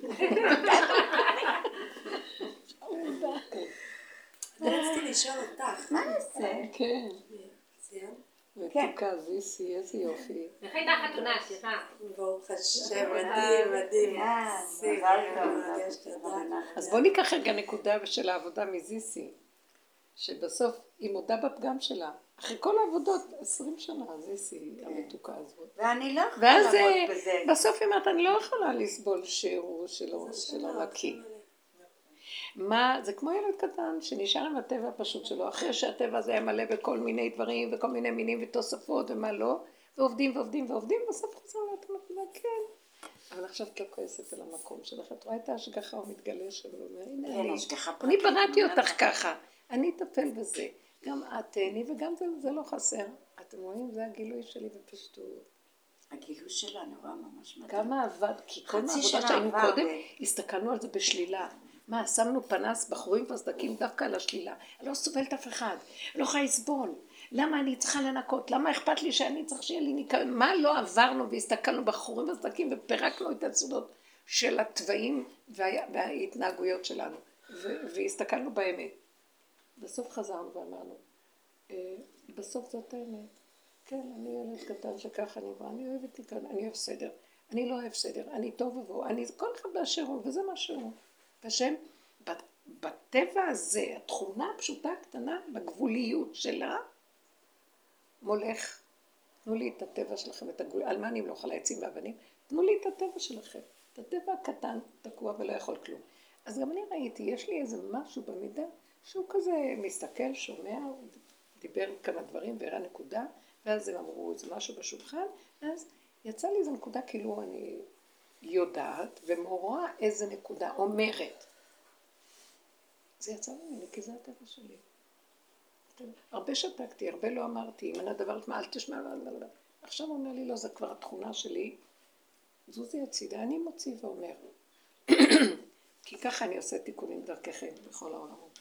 אני רציתי לשאול אותך. מה נעשה? כן. ציין? מתוקה, זיסי, איזה יופי. איך הייתה חתונה, סליחה? ברוך השם, מדהים. אז בוא ניקח רגע נקודה של העבודה מזיסי, שבסוף היא מודה בפגם שלה. אחרי כל העבודות, 20 שנה, זיסי, המתוקה הזאת. ואני לא יכולה לעמוד בזה. בסוף היא אומרת, אני לא יכולה לסבול שהוא שלא לקי. מה, זה כמו ילד קטן שנשאר עם הטבע הפשוט שלו, אחרי שהטבע הזה היה מלא בכל מיני דברים וכל מיני מינים ותוספות ומה לא, ועובדים, בסוף חוזר להתמודד, כן. אבל עכשיו את לא כועסת על המקום שלך, את רואה את ההשגחה, הוא מתגלה שלו, ואומר, הנה, אני בראתי אותך ככה, אני אטפל בזה, גם את תהני וגם זה לא חסר. אתם רואים, זה הגילוי שלי בפשטות. הגילוי שלה נורא ממש מדהים. כמה עבד, כי כל העבודה שהיינו קודם, הסתכלנו על זה בשלילה. מה, שמנו פנס בחורים וסדקים דווקא על השלילה. אני לא סובלת אף אחד, אני לא יכולה לסבול. למה אני צריכה לנקות? למה אכפת לי שאני צריך שיהיה לי ניקיון? מה לא עברנו והסתכלנו בחורים וסדקים ופרקנו את הסודות של הטבעים וההתנהגויות שלנו. והסתכלנו באמת. בסוף חזרנו ואמרנו, בסוף זאת האמת. כן, אני ילד קטן שככה אני באה, אני אוהבת ניקיון, אני אוהב סדר. אני לא אוהב סדר, אני טוב ובוא, כל אחד באשר הוא, וזה מה שהוא. והשם, בטבע הזה, התכונה הפשוטה הקטנה, בגבוליות שלה, מולך, תנו לי את הטבע שלכם, את הגבול, על מה אני לא יכולה עצים ואבנים? תנו לי את הטבע שלכם, את הטבע הקטן, תקוע ולא יכול כלום. אז גם אני ראיתי, יש לי איזה משהו במידה, שהוא כזה מסתכל, שומע, דיבר כמה דברים והראה נקודה, ואז הם אמרו, זה משהו בשולחן, אז יצא לי איזו נקודה כאילו אני יודעת, ומורה איזה נקודה אומרת. זה יצא ממני, כי זה הטבע שלי. הרבה שתקתי, הרבה לא אמרתי, אם אני הדברת מה, אל תשמע, לא. עכשיו הוא אומר לי, לא, זה כבר התכונה שלי. זוזי הצידה, אני מוציא ואומר. כי ככה אני עושה תיקונים דרככם בכל העולמות.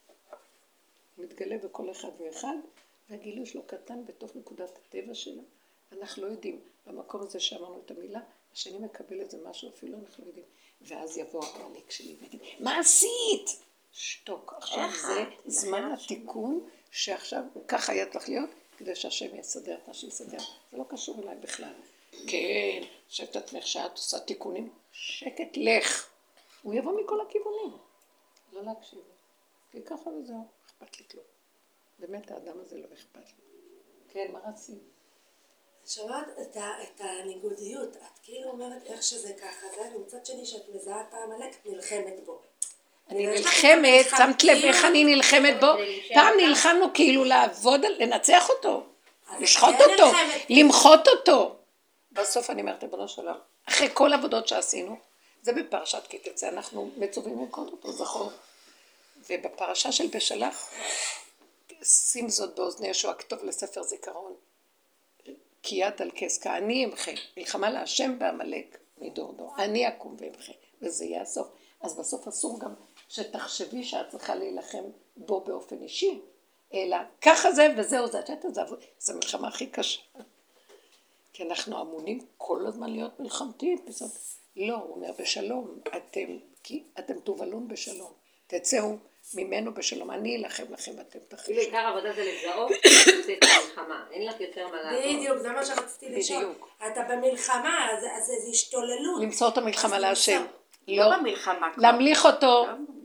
מתגלה בכל אחד ואחד, והגילוי שלו קטן בתוך נקודת הטבע שלו. אנחנו לא יודעים, במקום הזה שאמרנו את המילה, השני מקבל את זה משהו, אפילו אנחנו לא יודעים. ואז יבוא המעניק שלי ויגיד, מה עשית? שתוק, עכשיו זה זמן התיקון, שעכשיו ככה היה צריך להיות, כדי שהשם יסדר את מה שיסדר. זה לא קשור אליי בכלל. כן, שאת עצמך שאת עושה תיקונים, שקט לך. הוא יבוא מכל הכיוונים. לא להקשיב. כי ככה וזהו, אכפת לי כלום. באמת האדם הזה לא אכפת לי. כן, מה רצים? שמעת את הניגודיות, את כאילו אומרת איך שזה ככה, זה ומצד שני שאת מזהה את העמלק, את נלחמת בו. אני נלחמת, שמת לב איך אני נלחמת בו? פעם נלחמנו כאילו לעבוד, לנצח אותו, לשחוט אותו, למחות אותו. בסוף אני אומרת, ריבונו של עולם, אחרי כל עבודות שעשינו, זה בפרשת כי תצא, אנחנו מצווים לנקוט אותו, זכור. ובפרשה של בשלח, שים זאת באוזני ישוע, כתוב לספר זיכרון, כי יד על כס, אני אמחה, מלחמה להשם בעמלק מדור דור, אני אקום ואמחה, וזה יהיה הסוף. אז בסוף אסור גם שתחשבי שאת צריכה להילחם בו באופן אישי, אלא ככה זה וזהו זה, זה המלחמה הכי קשה. כי אנחנו אמונים כל הזמן להיות מלחמתיים, לא, הוא אומר בשלום, אתם תובלון בשלום, תצאו ממנו בשלום, אני אלחם לכם ואתם תחשו. עיקר עבודה זה לזהות את המלחמה, אין לך יותר מה לעבוד. בדיוק, זה מה שרציתי לשאול. אתה במלחמה, אז זה השתוללות. למצוא את המלחמה להשם. לא במלחמה כבר. להמליך אותו.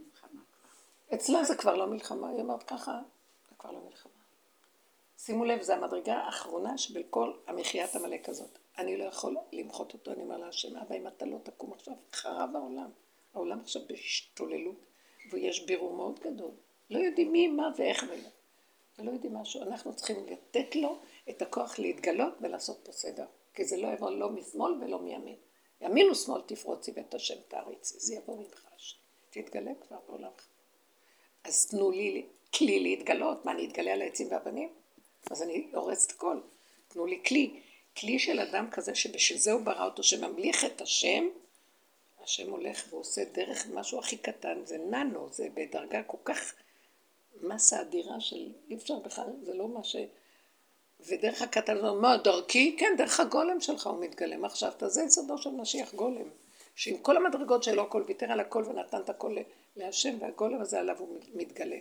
אצלה זה כבר לא מלחמה, היא אומרת ככה, זה כבר לא מלחמה. שימו לב, זה המדרגה האחרונה שבכל המחיית המלאק הזאת. אני לא יכול למחות אותו, אני אומר להשם, אבל אם אתה לא תקום עכשיו, חרב העולם. העולם עכשיו בהשתוללות, ויש בירור מאוד גדול. לא יודעים מי, מה ואיך ולא. ולא יודעים משהו. אנחנו צריכים לתת לו את הכוח להתגלות ולעשות פה סדר. כי זה לא יבוא לא משמאל ולא מימין. ימין ושמאל תפרוצי ואת השם תעריצי. זה יבוא ממך. תתגלה כבר בעולמך. אז תנו לי כלי להתגלות. מה, אני אתגלה על העצים והבנים? אז אני הורסת הכל. תנו לי כלי. כלי של אדם כזה שבשביל זה הוא ברא אותו, שממליך את השם, השם הולך ועושה דרך משהו הכי קטן, זה ננו, זה בדרגה כל כך מסה אדירה של אי אפשר בכלל, זה לא מה ש... ודרך הקטן, מה, דרכי? כן, דרך הגולם שלך הוא מתגלם. עכשיו, זה יסודו של משיח גולם, שעם כל המדרגות שלו, הכל ויתר על הכל ונתן את הכל להשם, והגולם הזה עליו הוא מתגלה.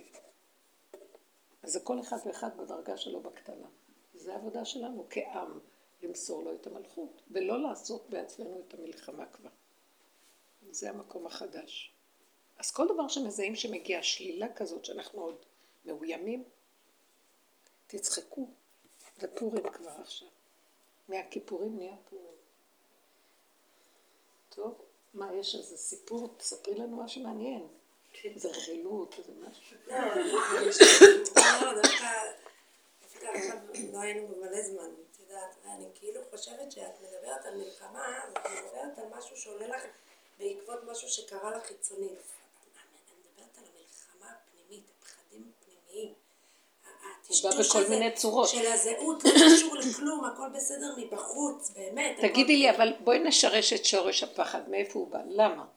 אז זה כל אחד ואחד בדרגה שלו בקטנה. זה העבודה שלנו כעם, למסור לו את המלכות, ולא לעשות בעצמנו את המלחמה כבר. זה המקום החדש. אז כל דבר שמזהים שמגיע שלילה כזאת, שאנחנו עוד מאוימים, תצחקו. זה פורים כבר עכשיו. מהכיפורים נהיה פורים. טוב, מה, יש איזה סיפור? תספרי לנו משהו מעניין. זה רכילות, זה משהו. לא, דווקא עכשיו לא היינו במלא זמן, את יודעת, ואני כאילו חושבת שאת מדברת על מלחמה, ואת מדברת על משהו שעולה לך בעקבות משהו שקרה לך חיצוני. אני מדברת על המלחמה הפנימית, הפחדים הפנימיים. הוא בא בכל מיני צורות. של הזהות, לא קשור לכלום, הכל בסדר מבחוץ, באמת. תגידי לי, אבל בואי נשרש את שורש הפחד, מאיפה הוא בא? למה?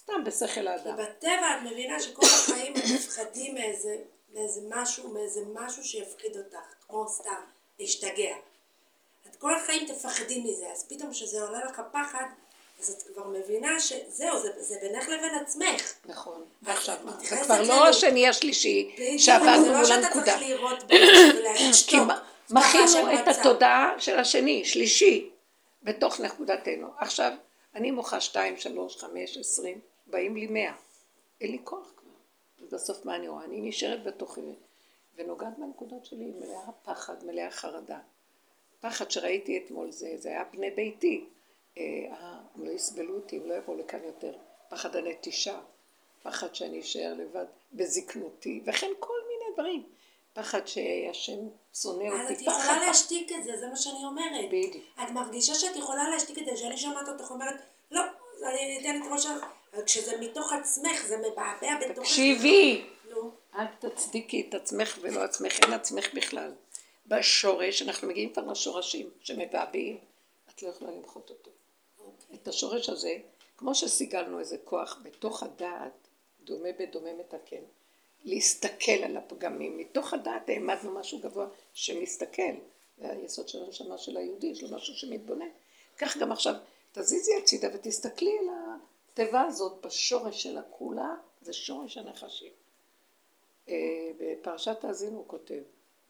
סתם בשכל כי האדם. בטבע את מבינה שכל החיים את מפחדים מאיזה משהו שיפחיד אותך, כמו סתם, להשתגע. את כל החיים תפחדים מזה, אז פתאום שזה עולה לך פחד, אז את כבר מבינה שזהו, זה בינך לבין עצמך. נכון. ועכשיו מה? זה מתייחסת כבר לא לנו. השני השלישי בדיוק, שעבדנו זה לא מול שאתה הנקודה. צריך לראות בזה ולהגיד כי שטוב. מכינו את התודעה של השני, שלישי, בתוך נקודתנו. עכשיו, אני מוחה 2, 3, 5, 20, באים לי 100. אין לי כוח כבר. ובסוף מה אני רואה? אני נשארת בתוכי ונוגעת בנקודות שלי, מלאה פחד, מלאה חרדה. פחד שראיתי אתמול זה היה בני ביתי. הם לא יסבלו אותי, הם לא יבואו לכאן יותר. פחד הנטישה, פחד שאני אשאר לבד בזקנותי, וכן כל מיני דברים. פחד שהשם שונא אז אותי. את יכולה להשתיק את זה, זה מה שאני אומרת. בדיוק. את מרגישה שאת יכולה להשתיק את זה, שאני שומעת אותך אומרת, לא, אני אתן את ראש אבל כשזה מתוך עצמך, זה מבעבע בתוכך. תקשיבי, נו. אל תצדיקי את עצמך ולא עצמך, אין עצמך בכלל. בשורש, אנחנו מגיעים כבר לשורשים שמבעבעים, את לא יכולה למחות אותו. את השורש הזה, כמו שסיגלנו איזה כוח בתוך הדעת, דומה בדומה מתקן, להסתכל על הפגמים, מתוך הדעת העמדנו משהו גבוה שמסתכל, זה היסוד של הנשמה של היהודי, יש לו משהו שמתבונן. כך גם עכשיו, תזיזי הצידה ותסתכלי על הטבע הזאת בשורש של הכולה, זה שורש הנחשים. בפרשת האזינו הוא כותב,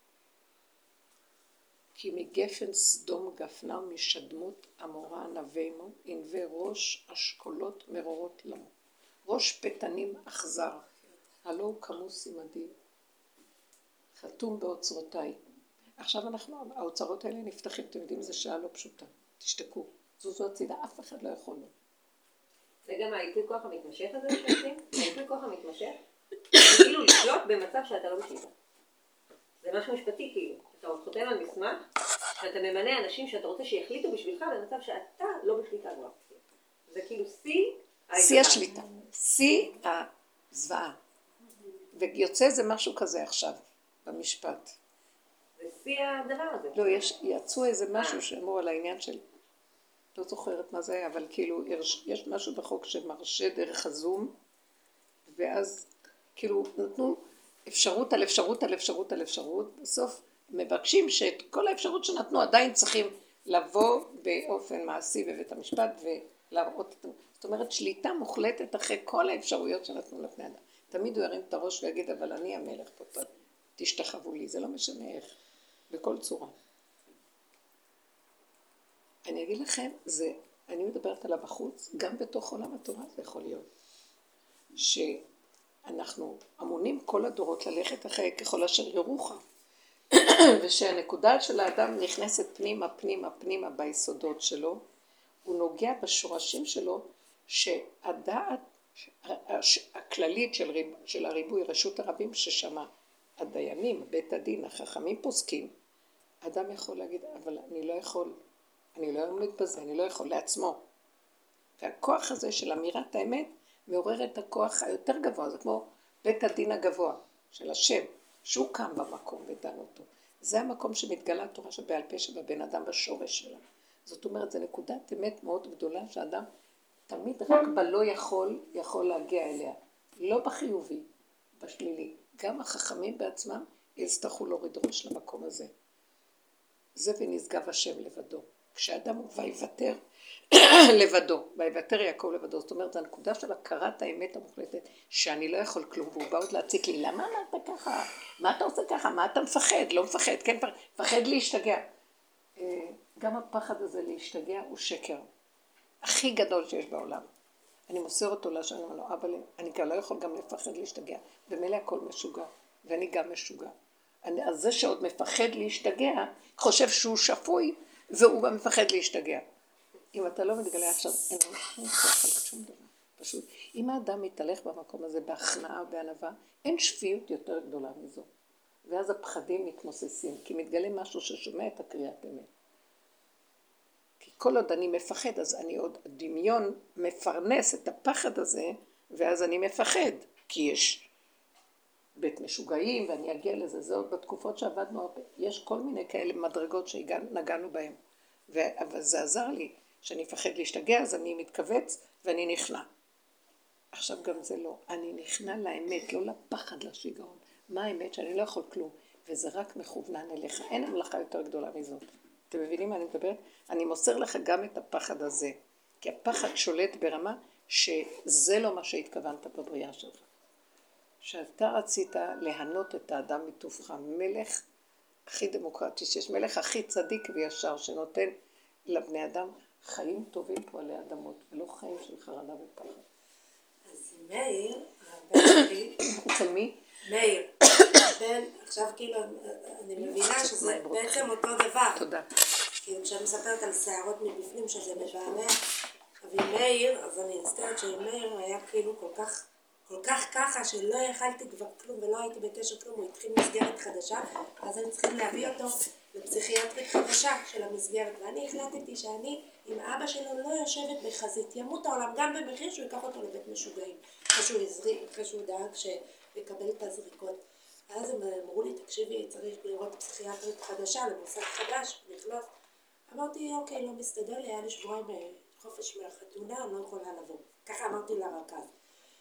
כי מגפן סדום גפנה משדמות אמורה נבינו, ענבי ראש אשכולות מרורות למו. ראש פתנים אכזר, הלא הוא כמוס עמדי, חתום באוצרותיי. עכשיו האוצרות האלה נפתחים, אתם יודעים, זה שעה לא פשוטה. תשתקו, זוזו הצידה, אף אחד לא יכול לו. זה גם הייפוי כוח המתמשך הזה שעושים? הייפוי כוח המתמשך? כאילו לשלוט במצב שאתה לא בשליטה. זה משהו משפטי כאילו. אתה חותם על מסמך, שאתה ממנה אנשים שאתה רוצה שיחליטו בשבילך במצב שאתה לא בשליטה כבר. זה כאילו שיא השליטה, שיא הזוועה. ויוצא זה משהו כזה עכשיו, במשפט. זה שיא הדבר הזה. לא, יצאו איזה משהו שאמרו על העניין של, לא זוכרת מה זה היה, אבל כאילו יש משהו בחוק שמרשה דרך הזום, ואז כאילו נתנו אפשרות על אפשרות על אפשרות על אפשרות, בסוף מבקשים שאת כל האפשרות שנתנו עדיין צריכים לבוא באופן מעשי בבית המשפט ולהראות את זה. זאת אומרת שליטה מוחלטת אחרי כל האפשרויות שנתנו לבני אדם. תמיד הוא ירים את הראש ויגיד, אבל אני המלך פה, תשתחוו לי, זה לא משנה איך, בכל צורה. אני אגיד לכם, אני מדברת עליו בחוץ, גם בתוך עולם התורה זה יכול להיות. שאנחנו אמונים כל הדורות ללכת אחרי ככל אשר ירוחם. ושהנקודה של האדם נכנסת פנימה, פנימה, פנימה ביסודות שלו, הוא נוגע בשורשים שלו, שהדעת הכללית של הריבוי, רשות הרבים ששמה הדיינים, בית הדין, החכמים פוסקים, האדם יכול להגיד, אבל אני לא יכול, אני לא עומד בזה, אני לא יכול לעצמו. והכוח הזה של אמירת האמת מעורר את הכוח היותר גבוה, זה כמו בית הדין הגבוה של השם, שהוא קם במקום ודן אותו. זה המקום שמתגלה התורה שבעל פה שבבן אדם בשורש שלה. זאת אומרת, זו נקודת אמת מאוד גדולה שהאדם תמיד רק בלא יכול להגיע אליה. לא בחיובי, בשלילי. גם החכמים בעצמם יצטרכו להוריד ראש למקום הזה. זה ונשגב השם לבדו. כשאדם הוא ויוותר לבדו, ויוותר יעקב לבדו. זאת אומרת, הנקודה של הכרת האמת המוחלטת, שאני לא יכול כלום, והוא בא עוד להציק לי, למה אמרת ככה? מה אתה עושה ככה? מה אתה מפחד? לא מפחד, כן, מפחד להשתגע. גם הפחד הזה להשתגע הוא שקר. הכי גדול שיש בעולם. אני מוסר אותו להשם, אני אומר לו, אבל אני גם לא יכול גם לפחד להשתגע. במילא הכל משוגע, ואני גם משוגע. אז זה שעוד מפחד להשתגע, חושב שהוא שפוי, והוא גם מפחד להשתגע. אם אתה לא מתגלה עכשיו, אין כוח על שום דבר. פשוט, אם האדם מתהלך במקום הזה בהכנעה ובענווה, אין שפיות יותר גדולה מזו. ואז הפחדים מתמוססים, כי מתגלה משהו ששומע את הקריאת אמת. כי כל עוד אני מפחד, אז אני עוד דמיון מפרנס את הפחד הזה, ואז אני מפחד, כי יש בית משוגעים, ואני אגיע לזה, זה עוד בתקופות שעבדנו הרבה, יש כל מיני כאלה מדרגות שנגענו בהם, אבל זה עזר לי, שאני מפחד להשתגע, אז אני מתכווץ ואני נכנע. עכשיו גם זה לא. אני נכנע לאמת, לא לפחד, לשיגעון. מה האמת? שאני לא יכול כלום. וזה רק מכוונן אליך. אין המלאכה יותר גדולה מזאת. אתם מבינים מה אני מדברת? אני מוסר לך גם את הפחד הזה. כי הפחד שולט ברמה שזה לא מה שהתכוונת בבריאה שלך. שאתה רצית להנות את האדם מטובך. מלך הכי דמוקרטי שיש. מלך הכי צדיק וישר שנותן לבני אדם חיים טובים פה עלי אדמות. ולא חיים של חרדה ופחד. אז מאיר, הבן שלי, אצל מי? מאיר, הבן, עכשיו כאילו, אני מבינה שזה בעצם אותו דבר. תודה. כאילו כשאני מספרת על שערות מבפנים שזה מבעמע, אבל עם מאיר, אז אני נזכרת שעם מאיר היה כאילו כל כך ככה שלא יכלתי כבר כלום ולא הייתי בקשר כלום, הוא התחיל מסגרת חדשה, אז הם צריכים להביא אותו לפסיכיאטרית חדשה של המסגרת, ואני החלטתי שאני עם אבא שלו לא יושבת בחזית, ימות העולם גם במחיר שהוא ייקח אותו לבית משוגעים, אחרי שהוא דאג שיקבל את הזריקות. אז הם אמרו לי, תקשיבי, צריך לראות פסיכיאטרית חדשה למוסד חדש, נכנס. אמרתי, אוקיי, לא מסתדר לי, היה לי שבועיים חופש מהחתונה, אני לא יכולה לבוא. ככה אמרתי לרכז.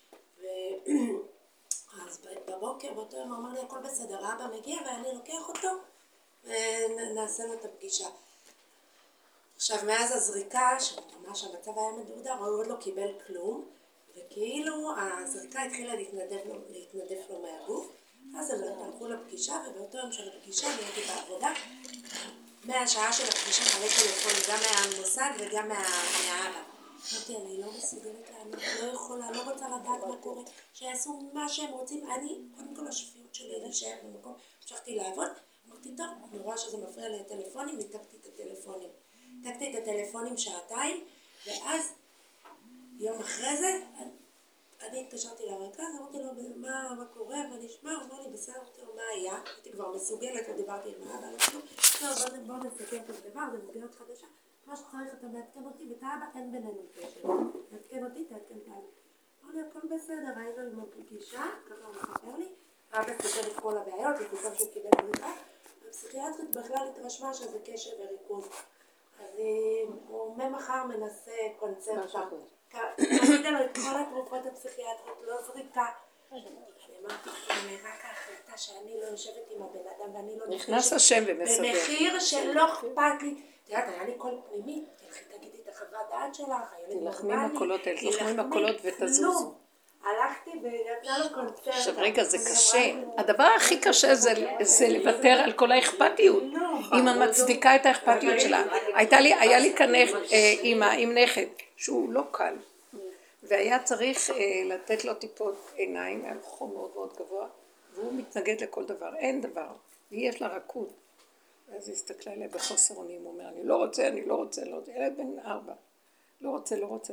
אז בבוקר, באותו יום אמר לי, הכל בסדר, אבא מגיע ואני לוקח אותו ונעשה לו את הפגישה. עכשיו, מאז הזריקה, שממש המצב היה מדורדר, הוא עוד לא קיבל כלום, וכאילו הזריקה התחילה להתנדף לו מהגוף, אז הם הלכו לפגישה, ובאותו יום של הפגישה אני הייתי בעבודה, מהשעה של הפגישה מלא טלפונים, גם מהמוסד וגם מהאבא. אמרתי, אני לא מסוגלת לענות, לא יכולה, לא רוצה לדעת מה קורה, שיעשו מה שהם רוצים. אני, קודם כל השפיות שלי להישאר במקום, המשכתי לעבוד, אמרתי, טוב, אני רואה שזה מפריע לי הטלפונים, ניתקתי את הטלפונים. ניתקתי את הטלפונים שעתיים, ואז יום אחרי זה, אני התקשרתי לרכז, אמרתי לו, מה קורה, מה נשמע? הוא אמר לי, בסדר, אמרתי לו, מה היה? הייתי כבר מסוגלת, לא דיברתי עם האבא, לא כלום. טוב, בואו נסכם את הדבר, זה מסגרת חדשה. מה שצריך, אתה מעדכן אותי, ואת האבא אין בינינו קשר. מעדכן אותי, תעדכן את האבא. אמר לי, הכל בסדר, היינו עם הפגישה, ככה הוא מספר לי, האבא סיפר את כל הבעיות, ופתאום שהוא קיבל בריחה, הפסיכיאטרית בכלל התרשמה שזה קשב וריכוז. אז הוא ממחר מנסה קונצרטה. תמיד לו את כל התרופות הפסיכיאטריות, לא זריקה. אני אמרתי, רק ההחלטה שאני לא יושבת עם הבן אדם ואני לא נכנס השם ומסדר. במחיר שלא אכפת לי. תראה, היה לי קול פנימי, תלכי תגידי את החוות דעת שלך, תלחמי עם הקולות, תלחמי עם הקולות ותזוזו. הלכתי ונתנה לו קונצרטה. עכשיו רגע, זה קשה. הדבר הכי קשה זה לוותר על כל האכפתיות. אמא מצדיקה את האכפתיות שלה. היה לי כאן אמא עם נכד, שהוא לא קל. והיה צריך לתת לו טיפות עיניים, היה חום מאוד מאוד גבוה, והוא מתנגד לכל דבר, אין דבר. והיא יש לה רכות. אז היא הסתכלה עליה בחוסר אונים, הוא אומר, אני לא רוצה. ילד בן 4. לא רוצה.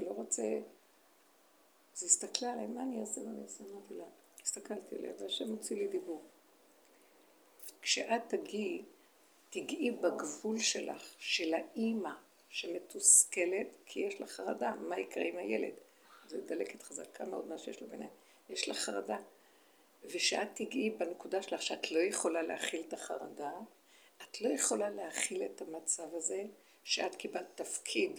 אז היא הסתכלה עליי, מה אני אעשה? אמרתי לה, הסתכלתי עליה, והשם מוציא לי דיבור. כשאת תגיעי בגבול שלך, של האימא שמתוסכלת, כי יש לה חרדה, מה יקרה עם הילד? זה דלקת חזקה מאוד מה שיש לו בעיניים. יש לה חרדה. ושאת תגיעי בנקודה שלך שאת לא יכולה להכיל את החרדה, את לא יכולה להכיל את המצב הזה שאת קיבלת תפקיד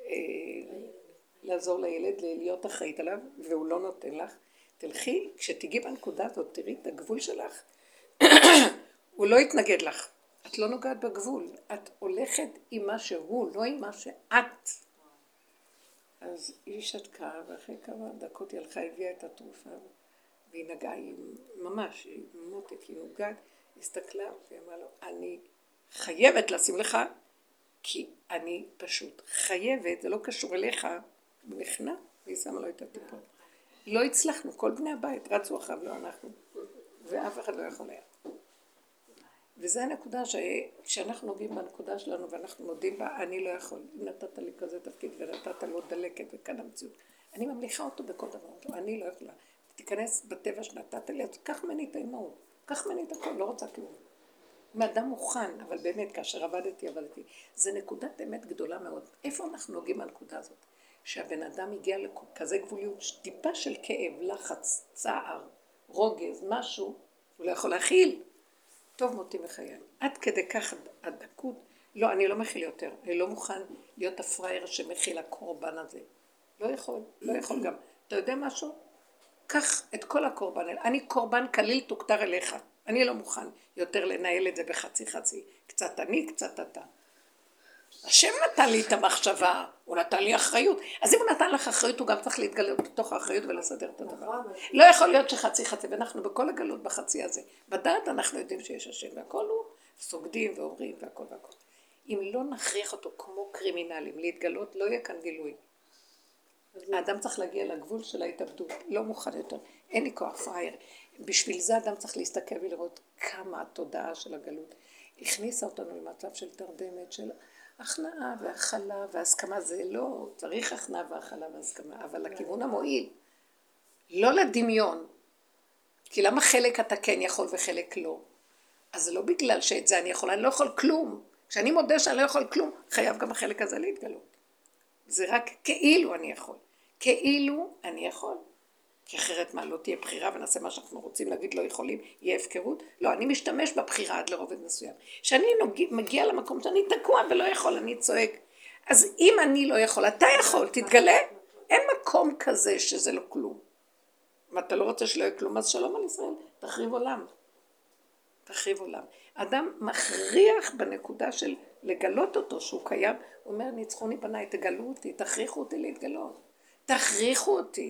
לעזור לילד, להיות אחראית עליו, והוא לא נותן לך. תלכי, כשתגיעי בנקודה הזאת, תראי את הגבול שלך, הוא לא יתנגד לך. את לא נוגעת בגבול, את הולכת עם מה שהוא, לא עם מה שאת. אז היא שתקה, ואחרי כמה דקות היא הלכה, הביאה את התרופה, והיא נגעה, היא ממש, היא מותת, היא נוגעת, הסתכלה, והיא אמרה לו, אני חייבת לשים לך, כי אני פשוט חייבת, זה לא קשור אליך, הוא נכנע, והיא שמה לו את הטיפול. לא הצלחנו, כל בני הבית רצו אחריו, לא אנחנו, ואף אחד לא יכול היה. וזה הנקודה שאנחנו נוגעים בנקודה שלנו ואנחנו מודים בה, אני לא יכול, נתת לי כזה תפקיד ונתת לו דלקת וכאן המציאות. אני ממליכה אותו בכל דבר, אני לא יכולה. תיכנס בטבע שנתת לי, אז כך מני את האימהות, כך מני את הכל, לא רוצה כלום. מאדם מוכן, אבל באמת כאשר עבדתי. זה נקודת אמת גדולה מאוד. איפה אנחנו נוגעים בנקודה הזאת? שהבן אדם הגיע לכזה גבוליות, טיפה של כאב, לחץ, צער, רוגז, משהו, הוא לא יכול להכיל. טוב מותי מחיי. עד כדי כך הדקות, לא, אני לא מכיל יותר, אני לא מוכן להיות הפראייר שמכיל הקורבן הזה. לא יכול גם. אתה יודע משהו? קח את כל הקורבן, אני קורבן כליל תוכתר אליך, אני לא מוכן יותר לנהל את זה בחצי חצי, קצת אני, קצת אתה. השם נתן לי את המחשבה, הוא נתן לי אחריות, אז אם הוא נתן לך אחריות הוא גם צריך להתגלות בתוך האחריות ולסדר את הדבר. לא יכול להיות שחצי חצי, ואנחנו בכל הגלות בחצי הזה, בדעת אנחנו יודעים שיש השם, והכל הוא סוגדים ואומרים והכל והכל. אם לא נכריח אותו כמו קרימינלים להתגלות, לא יהיה כאן גילוי. האדם צריך להגיע לגבול של ההתאבדות, לא מוכן יותר, אין לי כוח פרייר. בשביל זה האדם צריך להסתכל ולראות כמה התודעה של הגלות הכניסה אותנו למצב של תרדמת, של הכנעה והכלה והסכמה. זה לא, צריך הכנעה והכלה והסכמה, אבל לכיוון המועיל, לא לדמיון. כי למה חלק אתה כן יכול וחלק לא? אז זה לא בגלל שאת זה אני יכול, אני לא יכול כלום. כשאני מודה שאני לא יכול כלום, חייב גם החלק הזה להתגלות. זה רק כאילו אני יכול. כאילו אני יכול. כי אחרת מה, לא תהיה בחירה ונעשה מה שאנחנו רוצים להגיד לא יכולים, יהיה הפקרות? לא, אני משתמש בבחירה עד לרובד מסוים. כשאני מגיע למקום שאני תקוע ולא יכול, אני צועק. אז אם אני לא יכול, אתה יכול, תתגלה. אין מקום כזה שזה לא כלום. ואתה לא רוצה שלא יהיה כלום, אז שלום על ישראל, תחריב עולם. תחריב עולם. אדם מכריח בנקודה של לגלות אותו שהוא קיים, הוא אומר ניצחוני בניי, תגלו אותי, תכריחו אותי להתגלות, תכריחו אותי.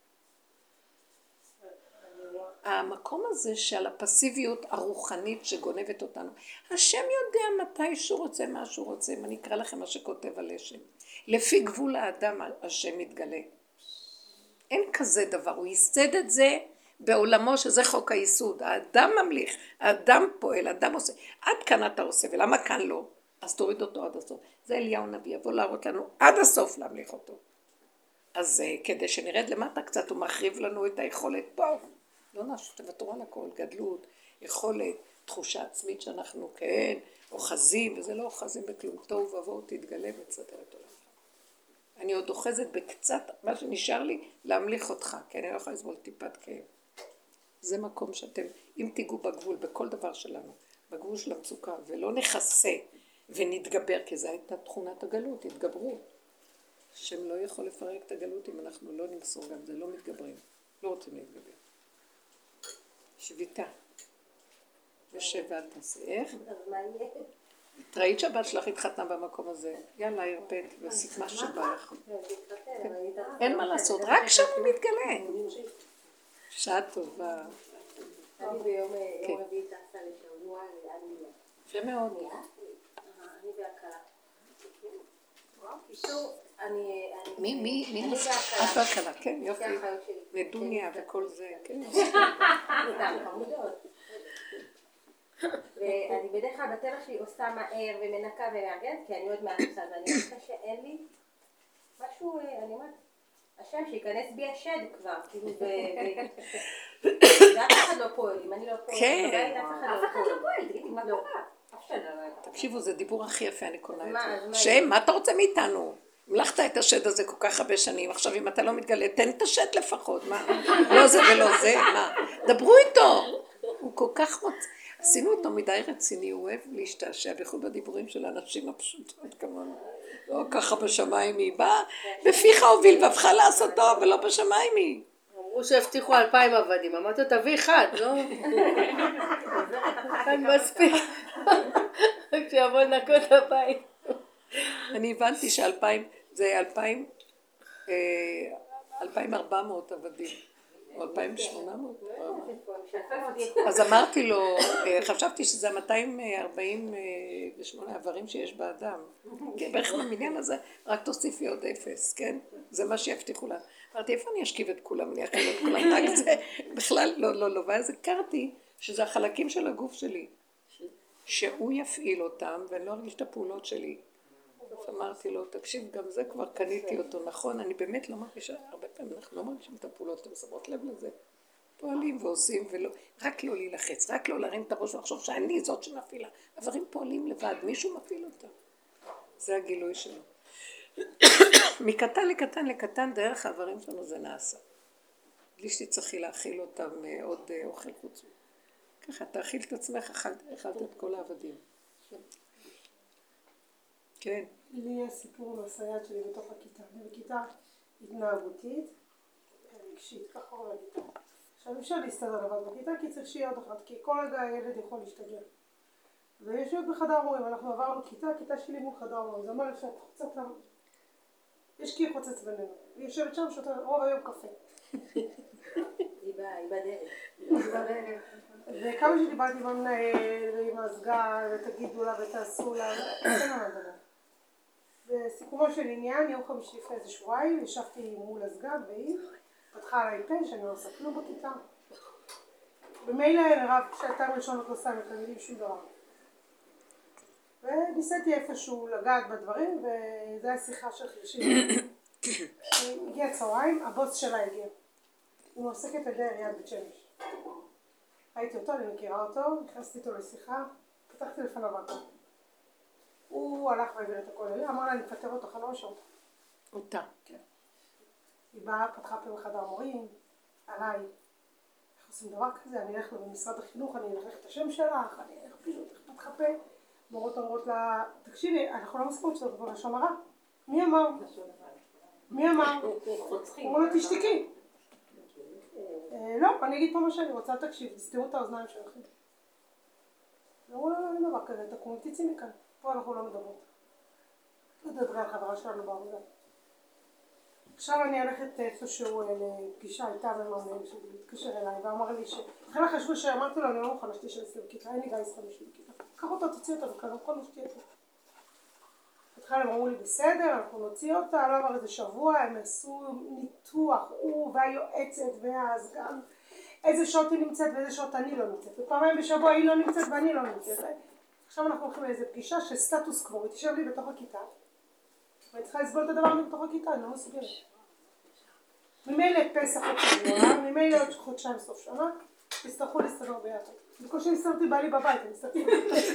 המקום הזה של הפסיביות הרוחנית שגונבת אותנו, השם יודע מתי שהוא רוצה מה שהוא רוצה, אם אני אקרא לכם מה שכותב על השם. לפי גבול האדם השם מתגלה. אין כזה דבר, הוא ייסד את זה בעולמו שזה חוק היסוד, האדם ממליך, האדם פועל, האדם עושה, עד כאן אתה עושה, ולמה כאן לא? אז תוריד אותו עד הסוף. זה אליהו נביא, יבוא להראות לנו עד הסוף להמליך אותו. אז כדי שנרד למטה קצת, הוא מחריב לנו את היכולת פה. לא נשו, תוותרו על הכל, גדלות, יכולת, תחושה עצמית שאנחנו כן, אוחזים, וזה לא אוחזים בכלום, טוב ובואו תתגלה ותסדר את עולמך. אני עוד אוחזת בקצת, מה שנשאר לי, להמליך אותך, כי אני לא יכולה לסבול טיפת כאב. זה מקום שאתם, אם תיגעו בגבול, בכל דבר שלנו, בגבול של המצוקה, ולא נחסה ונתגבר, כי זו הייתה תכונת הגלות, התגברות. שם לא יכול לפרק את הגלות אם אנחנו לא נמסור גם, זה לא מתגברים, לא רוצים להתגבר. שביתה. יושב ואל תעשה. איך? אז מה יהיה? ראית שהבת שלך התחתנה במקום הזה? יאללה, הרפאת, ועשית מה שבא לך. אין מה לעשות, רק שם הוא מתגלה. שעה טובה. אני ביום רביעי טסה לשבוע לעלייה. יפה מאוד. אני והכלה. קיצור, אני... מי? אני והכלה. את והכלה, כן, יופי. זה החיות שלי. נדוניה וכל זה, כן. סתם חמודות. ואני בדרך כלל בטבע שלי עושה מהר ומנקה ומארגנת, כי אני עוד מעטה, ואני חושבת שאין לי משהו, אני אומרת, השם שיכנס בי השד כבר, כאילו, ואף אחד לא פועל, אם אני לא פועל, כן. אף אחד לא פועל, תגידי, מה קרה? אף אחד לא פועל. תקשיבו, זה דיבור הכי יפה, אני קונה את אז זה. מה שם, מה אתה רוצה מאיתנו? המלכת את השד הזה כל כך הרבה שנים, עכשיו אם אתה לא מתגלה, תן את השד לפחות, מה? לא זה ולא זה, מה? דברו איתו. הוא כל כך רוצה. עשינו אותו מדי רציני, הוא אוהב להשתעשע, בייחוד בדיבורים של האנשים הפשוטות כמונו. לא ככה בשמיים היא באה, בפיך הוביל והפכה לעשותו, ולא בשמיים היא. אמרו שהבטיחו 2,000 עבדים, אמרתי לו תביא אחד, לא? אחד מספיק. כשיבוא לנקות הבית. אני הבנתי זה 2,400 עבדים, או 2,800. אז אמרתי לו, חשבתי שזה 248 עברים שיש באדם. בערך במניין הזה, רק תוסיפי עוד 0, כן? זה מה שיבטיחו לה. אמרתי, איפה אני אשכיב את כולם? אני אכיל את כולם, רק זה בכלל לא. ואז הכרתי שזה החלקים של הגוף שלי, שהוא יפעיל אותם, ואני לא ארגיש את הפעולות שלי. אמרתי לו, תקשיב, גם זה כבר קניתי אותו, נכון? אני באמת לא מרגישה, הרבה פעמים אנחנו לא מרגישים את הפעולות, אתם שמות לב לזה. פועלים ועושים, רק לא להילחץ, רק לא להרים את הראש ולחשוב שאני זאת שמפעילה. הדברים פועלים לבד, מישהו מפעיל אותם. זה הגילוי שלו. מקטן לקטן, דרך העברים שלנו זה נעשה. בלי שתצטרכי להאכיל אותם עוד אוכל חוץ. ככה, תאכיל את עצמך, אכלת את כל העבדים. כן. לי יש סיפור עם הסייעת שלי בתוך הכיתה. אני בכיתה התנהגותית, רגשית, ככה קוראים לגיטה. עכשיו אפשר להסתדר לבד בכיתה כי צריך שיהיה עוד אחת, כי כל רגע הילד יכול להשתגע. ויש להיות בחדר מורים, אנחנו עברנו כיתה, הכיתה שלי מול חדר מורים, זה אומר לי שאת חוצת למה. יש קיר חוצץ בינינו, היא יושבת שם שותה רוב היום קפה. היא בדרך. וכמה שדיברתי עם המנהל ועם הסגן ותגידו לה ותעשו לה, אין מה לדבר. בסיכומו של עניין, יום חמישי לפני איזה שבועיים, ישבתי מול הסגן והיא פתחה עליי פה שאני לא עושה כלום בכיתה. במילא מירב כשהייתה ראשונות לא עושה מתלמידים שום דבר. וניסיתי איפשהו לגעת בדברים וזו הייתה שיחה של חירשים. הגיע צהריים, הבוס שלה הגיע. הוא מועסקת על ידי עיריית בית שמש. ראיתי אותו, אני מכירה אותו, נכנסתי איתו לשיחה, פתחתי לפניו הכל. הוא הלך והעביר את הכל אליי, אמר לה אני מפטר אותו, אני לא משאיר אותו. אותה. כן. היא באה, פתחה פה בחדר מורים, עליי. איך עושים דבר כזה? אני אלך לו במשרד החינוך, אני אלך את השם שלך, אני אלך פשוט, איך פתחה פה. מורות אומרות לה, תקשיבי, אנחנו לא מסכימות שאתה כבר לשון הרע. מי אמר? מי אמר? אמרו לה תשתקי. לא, אני אגיד פה מה שאני רוצה, תקשיב, תסתירו את האוזניים שלכם. אמרו לה, לא, אין דבר כזה, תקום, תצאי מכאן. פה אנחנו לא מדברות. לא תדברי על חברה שלנו בעבודה. עכשיו אני הולכת איפשהו לפגישה איתה במאמן שלי, להתקשר אליי, ואמר לי התחילה חשבו שאמרתי לו, אני לא מוכנה שתשאר אצלי בכיתה, אין לי גיס 50 בכיתה. קח אותו, תוציא אותו, וכאן, כל מה שתהיה פה. התחילה הם אמרו לי, בסדר, אנחנו נוציא אותה, לא עבר איזה שבוע, הם עשו ניתוח, הוא והיועצת והסגן, איזה שעות היא נמצאת ואיזה שעות אני לא נמצאת. ופעמיים בשבוע היא לא נמצאת ואני לא נמצאת. עכשיו אנחנו הולכים לאיזה פגישה של סטטוס קוו, היא תשב לי בתוך הכיתה, ואני צריכה לסבול את הדבר הזה בתוך הכיתה, אני לא מסוגלת. ממילא פסח עוד שבוע, ממילא עוד חודשיים סוף שנה, תצטרכו להסתדר ביחד. בקושי הסתרתי בעלי בבית, אני הסתרתי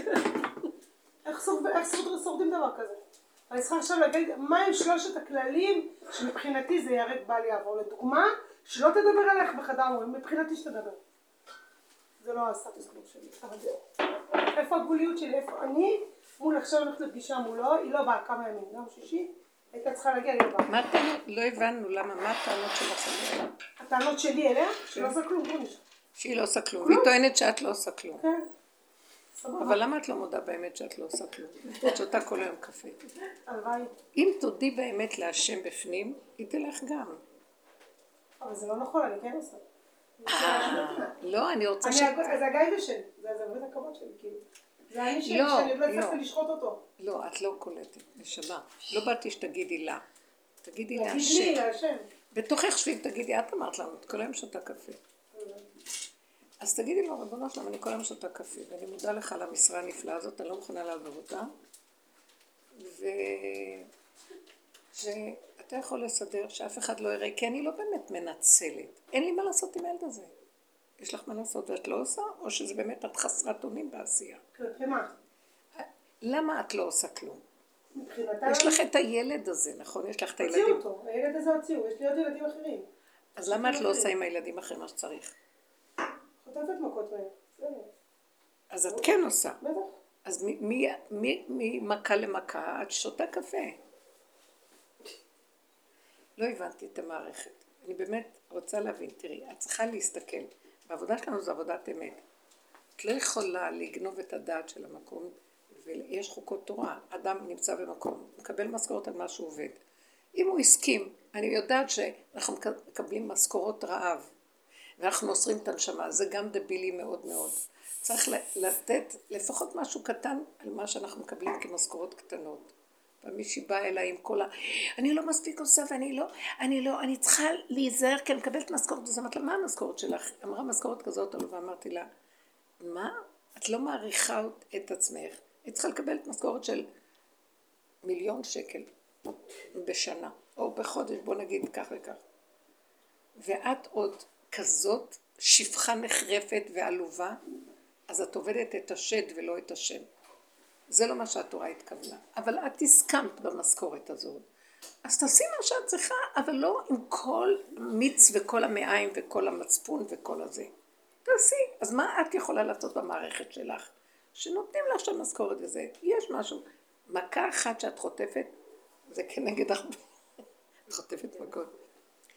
איך שורדים דבר כזה? אני צריכה עכשיו להגיד, מה הם שלושת הכללים שמבחינתי זה ירק בעלי יעבור. לדוגמה, שלא תדבר עליך בחדר מורים, מבחינתי שתדבר. זה לא הסטטוס קוו שלי, אבל זה. איפה הגבוליות שלי, איפה אני, מול עכשיו הולכת לפגישה מולו, היא לא באה כמה ימים, גם שישי, הייתה צריכה להגיע, היא לא באה. מה הטענות? לא הבנו למה, מה הטענות שלכם? הטענות שלי אליה, שהיא לא עושה כלום, בוא נשאר. שהיא לא עושה כלום, והיא טוענת שאת לא עושה כלום. כן, סבבה. אבל למה את לא מודה באמת שאת לא עושה כלום? את שותה כל היום קפה. הלוואי. אם תודי באמת להשם בפנים, היא תלך גם. אבל זה לא נכון, אני כן עושה. לא, אני רוצה זה הגייבה שלי, זה עבודת הכבוד שלי, כאילו. זה אני שלי, שאני עוד לא הצלחתי לשחוט אותו. לא, את לא קולטת, נשמה. לא באתי שתגידי לה. תגידי תגיד להשם. לי, להשם. בתוכך שביב תגידי, את אמרת לנו, את כל היום שותה קפה. אז תגידי לו, רבונו שלום, אני כל היום שותה קפה, ואני מודה לך על המשרה הנפלאה הזאת, אני לא מוכנה לעבור אותה. שאתה יכול לסדר שאף אחד לא יראה, כי אני לא באמת מנצלת. אין לי מה לעשות עם הילד הזה. יש לך מה לעשות ואת לא עושה, או שזה באמת את חסרת אונים בעשייה? כלפי מה? למה את לא עושה כלום? מבחינתה... יש לך את הילד הזה, נכון? יש לך את הילדים. הוציאו אותו, הילד הזה הוציאו, יש לי עוד ילדים אחרים. אז למה את לא עושה עם הילדים אחרי מה שצריך? חוטפת מכות מהם, בסדר. אז את כן עושה. בטח. אז ממכה למכה את שותה קפה. לא הבנתי את המערכת. אני באמת רוצה להבין, תראי, את צריכה להסתכל. בעבודה שלנו זו עבודת אמת. את לא יכולה לגנוב את הדעת של המקום, ויש חוקות תורה. אדם נמצא במקום, מקבל משכורת על מה שהוא עובד. אם הוא הסכים, אני יודעת שאנחנו מקבלים משכורות רעב, ואנחנו מוסרים את הנשמה, זה גם דבילי מאוד מאוד. צריך לתת לפחות משהו קטן על מה שאנחנו מקבלים כמשכורות קטנות. ומישהי באה אליי עם כל אני לא מספיק עושה אני צריכה להיזהר כי אני מקבלת משכורת. אז אמרת לה, מה המשכורת שלך? אמרה משכורת כזאת עלו ואמרתי לה, מה? את לא מעריכה את עצמך. היא צריכה לקבל את משכורת של 1,000,000 שקל בשנה, או בחודש, בוא נגיד כך וכך. ואת עוד כזאת שפחה נחרפת ועלובה, אז את עובדת את השד ולא את השם. זה לא מה שהתורה התכוונה. אבל את הסכמת במשכורת הזאת. אז תעשי מה שאת צריכה, אבל לא עם כל מיץ וכל המעיים וכל המצפון וכל הזה. תעשי. אז מה את יכולה לעשות במערכת שלך? שנותנים לך שם משכורת וזה. יש משהו. מכה אחת שאת חוטפת, זה כנגד הרבה. את חוטפת מכות.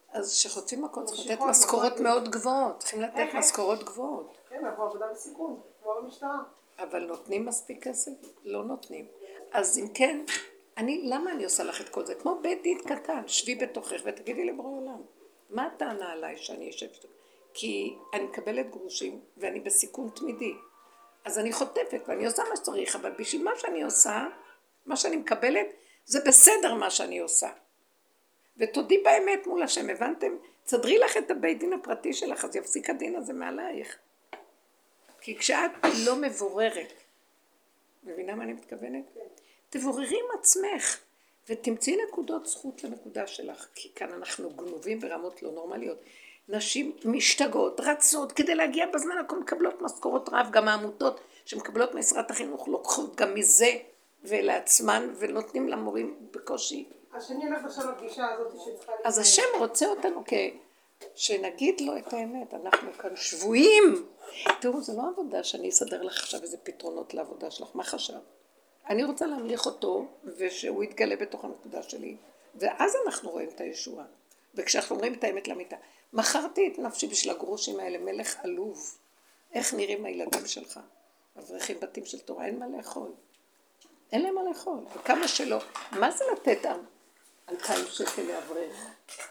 אז כשחוטפים הכל צריך לתת משיכות, משכורות נכון. מאוד גבוהות, צריכים לתת כן. משכורות גבוהות. כן, אנחנו עבודה בסיכון, כמו במשטרה. אבל נותנים מספיק כסף? לא נותנים. אז אם כן, למה אני עושה לך את כל זה? כמו בית דין קטן, שבי בתוכך ותגידי לבורא עולם. מה הטענה עליי שאני אשב? כי אני מקבלת גרושים ואני בסיכון תמידי. אז אני חוטפת ואני עושה מה שצריך, אבל בשביל מה שאני עושה, מה שאני מקבלת, זה בסדר מה שאני עושה. ותודי באמת מול השם, הבנתם? תסדרי לך את הבית דין הפרטי שלך, אז יפסיק הדין הזה מעלייך. כי כשאת לא מבוררת, מבינה מה אני מתכוונת? תבוררי עם עצמך, ותמצאי נקודות זכות לנקודה שלך, כי כאן אנחנו גנובים ברמות לא נורמליות. נשים משתגעות, רצות, כדי להגיע בזמן הכל מקבלות משכורות רב, גם העמותות שמקבלות משרד החינוך לוקחות גם מזה ולעצמן, ונותנים למורים בקושי. אז שאני אלך עכשיו לפגישה הזאת שצריכה... אז השם רוצה אותנו שנגיד לו את האמת, אנחנו כאן שבויים. תראו, זה לא עבודה שאני אסדר לך עכשיו איזה פתרונות לעבודה שלך, מה חשב? אני רוצה להמליך אותו, ושהוא יתגלה בתוך הנקודה שלי, ואז אנחנו רואים את הישועה. וכשאנחנו אומרים את האמת למיטה, מכרתי את נפשי בשביל הגרושים האלה, מלך עלוב. איך נראים הילדים שלך? אברכים בתים של תורה, אין מה לאכול. אין להם מה לאכול, וכמה שלא. מה זה לתת 2,000 שקל לאברך?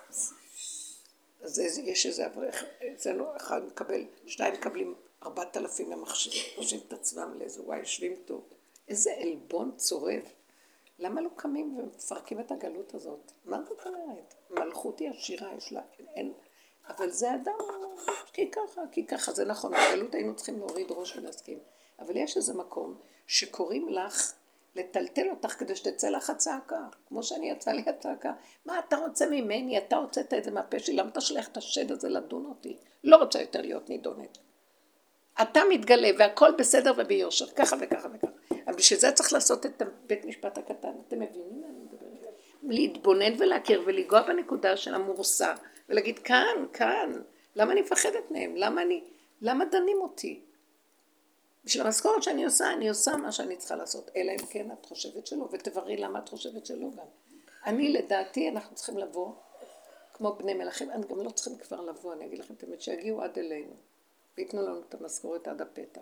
אז יש איזה אברך, אצלנו אחד מקבל, 2 מקבלים 4,000 חושבים את עצמם לאיזה וואי, יושבים טוב. איזה אלבון צורב. למה לא קמים ומפרקים את הגלות הזאת? מה זאת אומרת? מלכות היא עשירה, יש לה, אין, אבל זה אדם, כי ככה, זה נכון, בגלות היינו צריכים להוריד ראש ולהסכים. אבל יש איזה מקום שקוראים לך לטלטל אותך כדי שתצא לך הצעקה, כמו שאני יצא לי הצעקה. מה אתה רוצה ממני? אתה הוצאת את זה מהפה שלי, למה אתה שולח את השד הזה לדון אותי? לא רוצה יותר להיות נידונת. אתה מתגלה והכל בסדר וביושר, ככה וככה וככה. אבל בשביל זה צריך לעשות את בית משפט הקטן. אתם מבינים מה אני מדברת? להתבונן ולהכיר ולגוע בנקודה של המורסה, ולהגיד כאן, למה אני מפחדת מהם? למה דנים אותי? בשביל המשכורת שאני עושה, אני עושה מה שאני צריכה לעשות. אלא אם כן את חושבת שלא, ותברי למה את חושבת שלא גם. לדעתי, אנחנו צריכים לבוא, כמו בני מלכים, אנחנו גם לא צריכים כבר לבוא, אני אגיד לכם תמיד, שיגיעו עד אלינו, ויתנו לנו את המשכורת עד הפתח.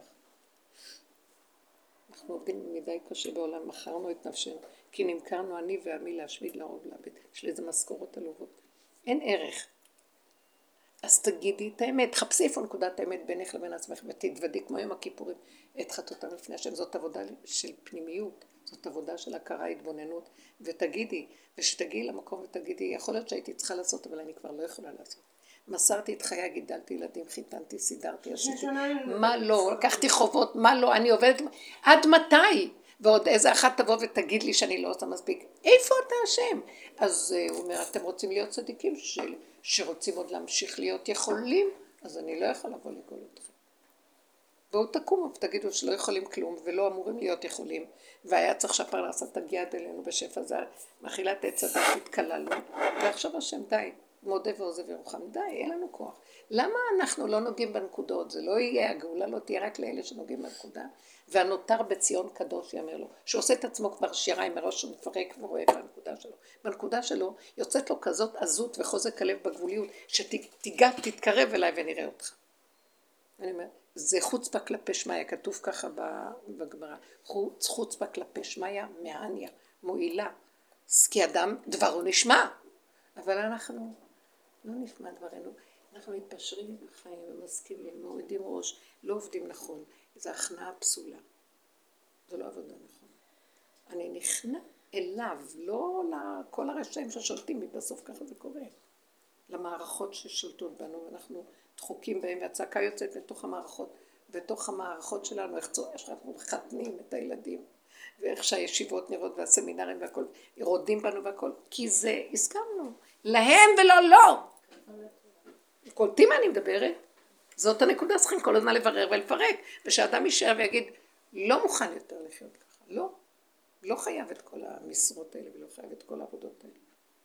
אנחנו עובדים מדי קשה בעולם, מכרנו את נפשנו, כי נמכרנו אני ועמי להשמיד להרוג לאבד. יש לי איזה משכורות עלובות. אין ערך. אז תגידי את האמת, חפשי איפה נקודת האמת בינך לבין עצמך, ותתוודי כמו יום הכיפורים, את חטאותם לפני השם. זאת עבודה של פנימיות, זאת עבודה של הכרה, התבוננות, ותגידי, ושתגיעי למקום ותגידי, יכול להיות שהייתי צריכה לעשות, אבל אני כבר לא יכולה לעשות. מסרתי את חיי, גידלתי ילדים, חיתנתי, סידרתי, עשיתי, מה לא, לקחתי חובות, מה לא, אני עובדת, עד מתי? ועוד איזה אחת תבוא ותגיד לי שאני לא עושה מספיק, איפה אתה השם? אז הוא אומר, אתם רוצים להיות צדיקים שרוצים עוד להמשיך להיות יכולים, אז אני לא יכול לבוא לגאול אתכם. בואו תקומו ותגידו שלא יכולים כלום ולא אמורים להיות יכולים, והיה צריך שהפרנסה תגיע עד אלינו בשפע, זה מאכילת עץ הדת התקללנו, ועכשיו השם די, מודה ועוזב ירוחם, די, אין לנו כוח. למה אנחנו לא נוגעים בנקודות? זה לא יהיה, הגאולה לא תהיה רק לאלה שנוגעים בנקודה, והנותר בציון קדוש יאמר לו, שעושה את עצמו כבר שיריים מראש, הוא מפרק ורואה בנקודה שלו. בנקודה שלו יוצאת לו כזאת עזות וחוזק הלב בגבוליות, שתיגע, תתקרב אליי ונראה אותך. אני אומר, זה חוצפה כלפי שמיה, כתוב ככה בגמרא, חוצפה כלפי שמיה, מעניה, מועילה, כי אדם דברו נשמע, אבל אנחנו לא נשמע דברנו, אנחנו מתפשרים בחיים ומסכימים, מורידים ראש, לא עובדים נכון, זו הכנעה פסולה, זו לא עבודה נכון. אני נכנע אליו, לא לכל הרשעים ששולטים בי, בסוף ככה זה קורה, למערכות ששולטות בנו, ואנחנו דחוקים בהם, והצעקה יוצאת לתוך המערכות, בתוך המערכות שלנו, איך אנחנו מחתנים את הילדים, ואיך שהישיבות נראות והסמינרים והכל, ירודים בנו והכל, כי זה הסכמנו, להם ולא לא. קולטים מה אני מדברת? זאת הנקודה, צריכים כל הזמן לברר ולפרק, ושאדם יישאר ויגיד, לא מוכן יותר לחיות ככה, לא חייב את כל המשרות האלה, ולא חייב את כל העבודות האלה.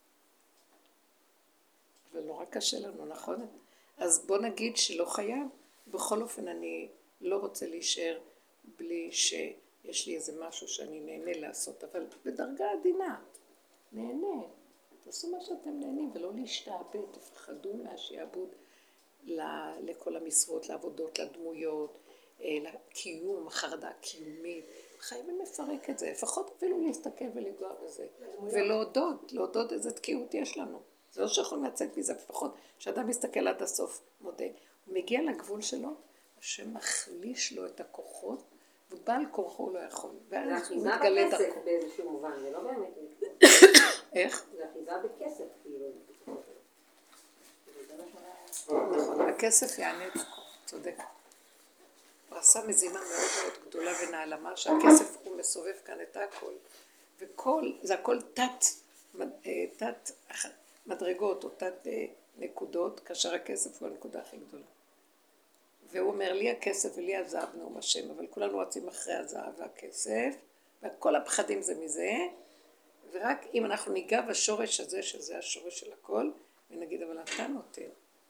ונורא קשה לנו, נכון? אז בוא נגיד שלא חייב, בכל אופן אני לא רוצה להישאר בלי שיש לי איזה משהו שאני נהנה לעשות, אבל בדרגה עדינה, נהנה. תעשו מה שאתם נהנים ולא להשתעבד, תפחדו מהשעבוד לכל המשרות, לעבודות, לדמויות, לקיום, החרדה הקיומית. חייבים לפרק את זה, לפחות אפילו להסתכל ולגוע בזה. ולהודות איזה תקיעות יש לנו. זה לא שיכולים לצאת מזה, לפחות שאדם מסתכל עד הסוף, מודה. הוא מגיע לגבול שלו, שמחליש לו את הכוחות, ובעל כורחו הוא לא יכול. ואז הוא מתגלה דרכו. זה אחיזה בכסף באיזשהו מובן, זה לא באמת. איך? זה אחיזה בכסף, כאילו. נכון, הכסף יענה את הכל, צודק. הוא עשה מזימה מאוד מאוד גדולה ונעלמה, שהכסף הוא מסובב כאן את הכל. זה הכל תת מדרגות או תת נקודות, כאשר הכסף הוא הנקודה הכי גדולה. והוא אומר, לי הכסף ולי הזהב נאום השם, אבל כולנו רצים אחרי הזהב והכסף, וכל הפחדים זה מזה, ורק אם אנחנו ניגע בשורש הזה, שזה השורש של הכל, ונגיד, אבל אתה נותן,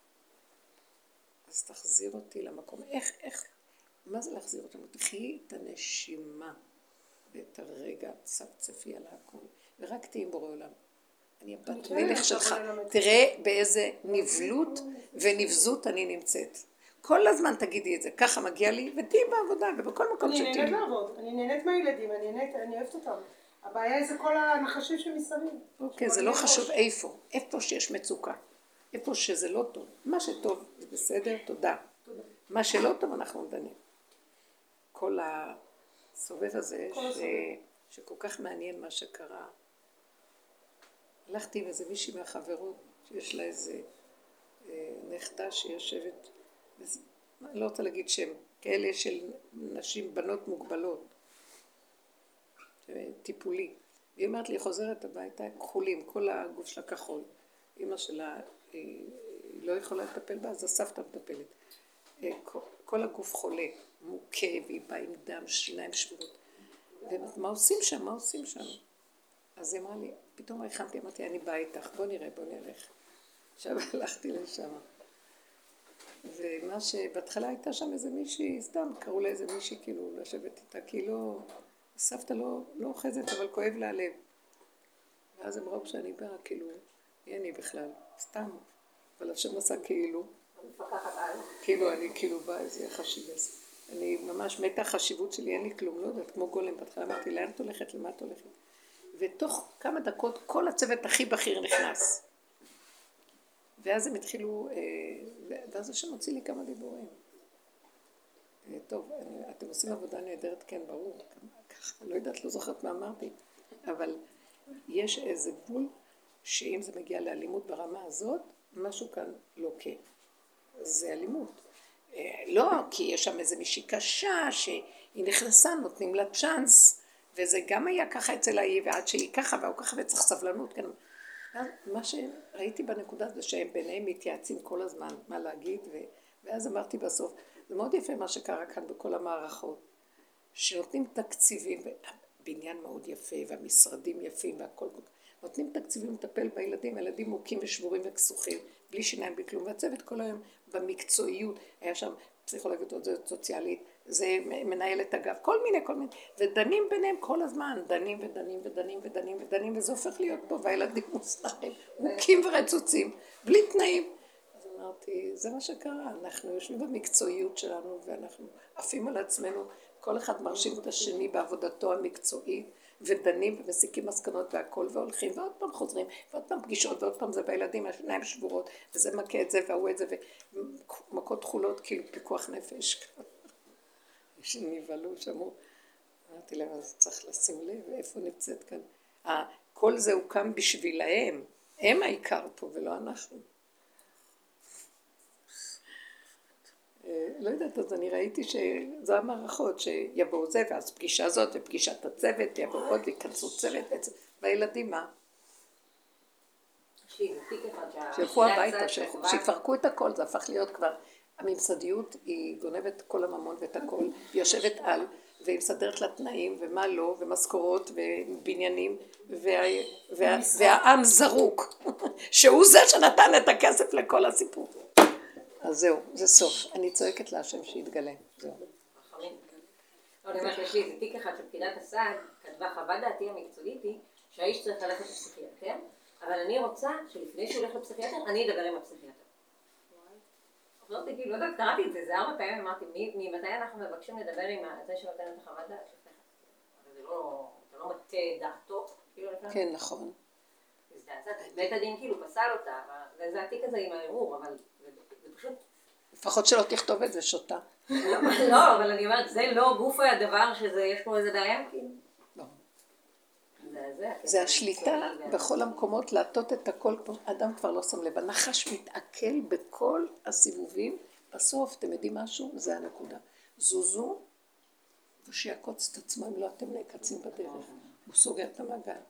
אז תחזיר אותי למקום. איך? מה זה להחזיר אותי? תחי את הנשימה, ואת הרגע, צפצפי על הכל, ורק תהי עם בורא עולם. אני הבת מלך שלך, תראה באיזה נבלות ונבזות אני נמצאת. כל הזמן תגידי את זה, ככה מגיע לי, ותהי בעבודה, ובכל מקום שתהי. אני נהנית לעבוד, אני נהנית מהילדים, אני אוהבת אותם. הבעיה זה כל הנחשים שמסביב. אוקיי, זה לא חשוב איפה שיש מצוקה, איפה שזה לא טוב. מה שטוב זה בסדר, תודה. מה שלא טוב אנחנו דנים. כל הסובב הזה, שכל כך מעניין מה שקרה. הלכתי עם איזה מישהי מהחברות, שיש לה איזה נכדה שיושבת, אני לא רוצה להגיד שם, כאלה של נשים, בנות מוגבלות, טיפולי. היא אומרת לי, חוזרת הביתה, כחולים, כל הגוף שלה כחול. אמא שלה לא יכולה לטפל בה, אז הסבתא מטפלת. כל הגוף חולה, מוכה, והיא באה עם דם, שיניים שבורות. ומה עושים שם? אז היא אמרה לי, פתאום הכנתי, אמרתי, אני באה איתך, בוא נלך. עכשיו הלכתי לשם. ומה שבהתחלה הייתה שם איזה מישהי, סתם קראו לה איזה מישהי כאילו לשבת איתה, כי לא, הסבתא לא אוחזת, אבל כואב לה הלב. ואז הם ראו שאני באה, כאילו, מי אני בכלל? סתם. אבל השם עשה כאילו. כאילו, אני כאילו באה איזה חשיבות. אני ממש מתה החשיבות שלי, אין לי כלום, לא יודעת, כמו גולם. בהתחלה אמרתי, לאן את הולכת? למה את הולכת? ותוך כמה דקות כל הצוות הכי בכיר נכנס. ואז הם התחילו, ואז השם הוציא לי כמה דיבורים. טוב, אתם עושים עבודה נהדרת, כן, ברור. ככה, לא יודעת, לא זוכרת מה אמרתי. אבל יש איזה גבול שאם זה מגיע לאלימות ברמה הזאת, משהו כאן לא כן. זה אלימות. לא, כי יש שם איזה מישהי קשה, שהיא נכנסה, נותנים לה צ'אנס, וזה גם היה ככה אצל ההיא, ועד שהיא ככה, והוא ככה, וצריך סבלנות. כן. מה שראיתי בנקודה זה שהם ביניהם מתייעצים כל הזמן, מה להגיד, ואז אמרתי בסוף, זה מאוד יפה מה שקרה כאן בכל המערכות, שנותנים תקציבים, בניין מאוד יפה, והמשרדים יפים והכל, נותנים תקציבים לטפל בילדים, הילדים מוכים ושבורים וכסוכים, בלי שיניים, בלי כלום, והצוות כל היום במקצועיות, היה שם פסיכולוגית עובדת סוציאלית, זה מנהלת אגב, כל מיני, ודנים ביניהם כל הזמן, דנים, וזה הופך להיות פה, והילדים מוסתרים, מוכים ורצוצים, בלי תנאים. אז אמרתי, זה מה שקרה, אנחנו יושבים במקצועיות שלנו, ואנחנו עפים על עצמנו, כל אחד מרשים את השני בעבודתו המקצועית, ודנים ומסיקים מסקנות והכל, והולכים, ועוד פעם חוזרים, ועוד פעם פגישות, ועוד פעם זה בילדים, השיניים שבורות, וזה מכה את זה, והוא את זה, ומכות תחולות, כאילו פיקוח נפש. שנבהלו, שאמרו, אמרתי להם, אז צריך לשים לב, איפה נמצאת כאן? כל זה הוקם בשבילהם, הם העיקר פה ולא אנחנו. לא יודעת, אז אני ראיתי שזו המערכות, שיבואו זה, ואז פגישה הזאת, ופגישת הצוות, יבואו עוד, ויכנסו צוות, והילדים מה? שילכו הביתה, שיפרקו את הכל, זה הפך להיות כבר, הממסדיות היא גונבת כל הממון ואת הכל, היא יושבת על, והיא מסדרת לה תנאים, ומה לא, ומשכורות, ובניינים, והעם זרוק, שהוא זה שנתן את הכסף לכל הסיפור. אז זהו, זה סוף. אני צועקת להשם שיתגלה. זהו. לא, אני אומרת, יש לי איזה תיק אחד שפקידת הסעד כתבה חוות דעתי המקצועית היא שהאיש צריך ללכת לפסיכיאטר, אבל אני רוצה שלפני שהוא הולך לפסיכיאטר, אני אדבר עם הפסיכיאטר. אמרתי, כאילו, לא יודעת, קראתי את זה, זה 4 פעמים, אמרתי, ממתי אנחנו מבקשים לדבר עם זה שנותן את החוות דעת? אבל זה לא, אתה לא מטה דעתו, כאילו, כן, נכון. בית הדין כאילו פסל אותה, זה התיק הזה עם הערעור, אבל זה פשוט... לפחות שלא תכתוב את זה שוטה. לא, אבל אני אומרת, זה לא גוף הדבר שיש פה איזה בעיה, כאילו. לא. זה השליטה בכל המקומות, להטות את הכל, אדם כבר לא שם לב, הנחש מתעכל בכל הסיבובים, בסוף, אתם יודעים משהו? זה הנקודה. זוזו, ושיעקוץ את עצמו, אם לא אתם נעקצים בדרך, הוא סוגר את המעגל.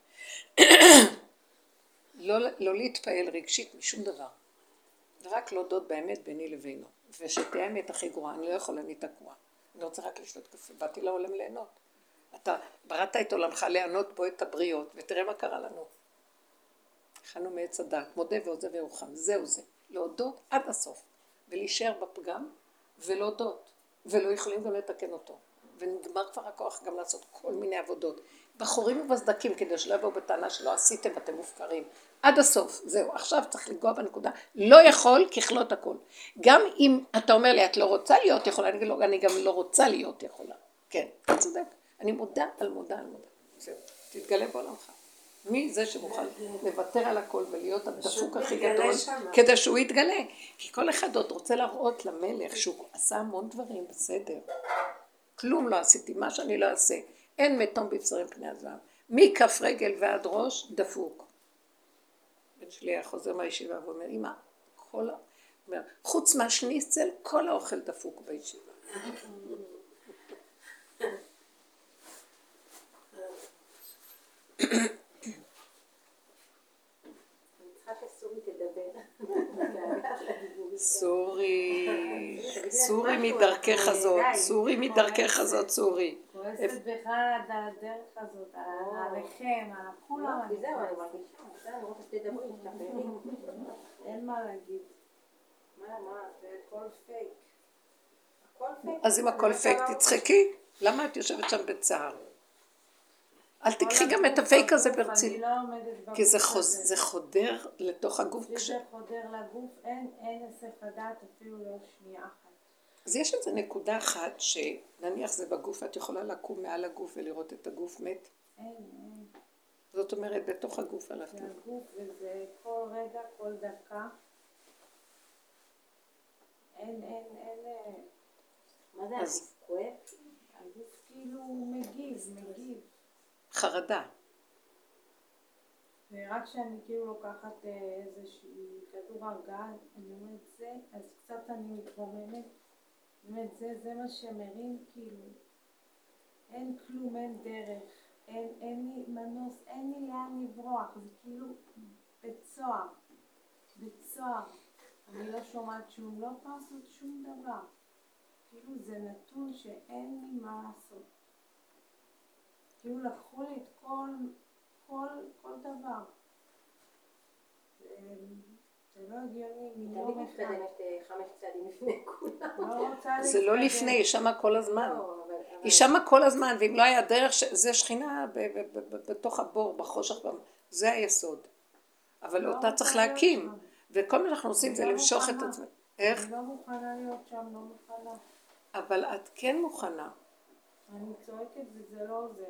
לא להתפעל רגשית משום דבר, רק להודות באמת ביני לבינו, ושתהיה האמת הכי גרועה, אני לא יכולה, אני תקוע, אני רוצה רק לשתות קפה, באתי לעולם ליהנות. אתה בראת את עולמך ליהנות בו את הבריות, ותראה מה קרה לנו. הכנו מעץ הדעת, מודה ועוזב וירוחם, זהו זה, להודות עד הסוף, ולהישאר בפגם, ולהודות, ולא יכולים גם לתקן אותו, ונגמר כבר הכוח גם לעשות כל מיני עבודות, בחורים ובסדקים, כדי שלא יבואו בטענה שלא עשיתם, אתם מופקרים, עד הסוף, זהו, עכשיו צריך לגוע בנקודה, לא יכול ככלות הכל, גם אם אתה אומר לי, את לא רוצה להיות יכולה, אני גם לא רוצה להיות יכולה, כן, אתה צודק, אני מודע על מודע על מודע, זהו, תתגלה בעולמך. מי זה שמוכל לוותר על הכל ולהיות הדפוק הכי גדול כדי שהוא יתגלה? כי כל אחד עוד רוצה להראות למלך שהוא עשה המון דברים בסדר. כלום לא עשיתי, מה שאני לא אעשה. אין מתום בבשרים פני הזעם. מכף רגל ועד ראש דפוק. בן שלי היה חוזר מהישיבה ואומר, אמא, חוץ מהשניצל, כל האוכל דפוק בישיבה. סורי מדרכך הזאת, סורי מדרכך הזאת, סורי. כועסת בך על הדרך הזאת, עליכם, על כולם. זהו, אני מרגישה, אני רוצה שתדברי, שתחברי. אין מה להגיד. מה, זה הכל פייק. הכל פייק. אז אם הכל פייק תצחקי, למה את יושבת שם בצער? אל תקחי גם את הפייק הזה ברצינות. כי זה חודר לתוך הגוף. זה חודר לגוף, אין היסח הדעת אפילו לא שנייה אחת. אז יש איזו נקודה אחת שנניח זה בגוף, את יכולה לקום מעל הגוף ולראות את הגוף מת? אין. זאת אומרת, בתוך הגוף הלכת. זה הגוף וזה כל רגע, כל דקה. אין. מה זה הגוף? כואב? הגוף כאילו מגיב. חרדה. ורק כשאני כאילו לוקחת איזשהו כדור הרגעה, אני אומרת זה, אז קצת אני מתרוממת. באמת, זה מה שמרים, כאילו, אין כלום, אין דרך, אין לי מנוס, אין לי לאן לברוח, זה כאילו בצוהר, אני לא שומעת שום, לא יכולה לעשות שום דבר, כאילו זה נתון שאין לי מה לעשות, כאילו לקחו לי את כל דבר, זה לא הגיוני, תמיד מתקדמת 5 צעדים לפני כולם. זה לא לפני, היא שמה כל הזמן. היא שמה כל הזמן, ואם לא היה דרך, זה שכינה בתוך הבור, בחושך, זה היסוד. אבל אותה צריך להקים, וכל מה שאנחנו עושים זה למשוך את עצמם. איך? אני לא מוכנה להיות שם, לא מוכנה. אבל את כן מוכנה. אני צועקת וזה לא עוזר.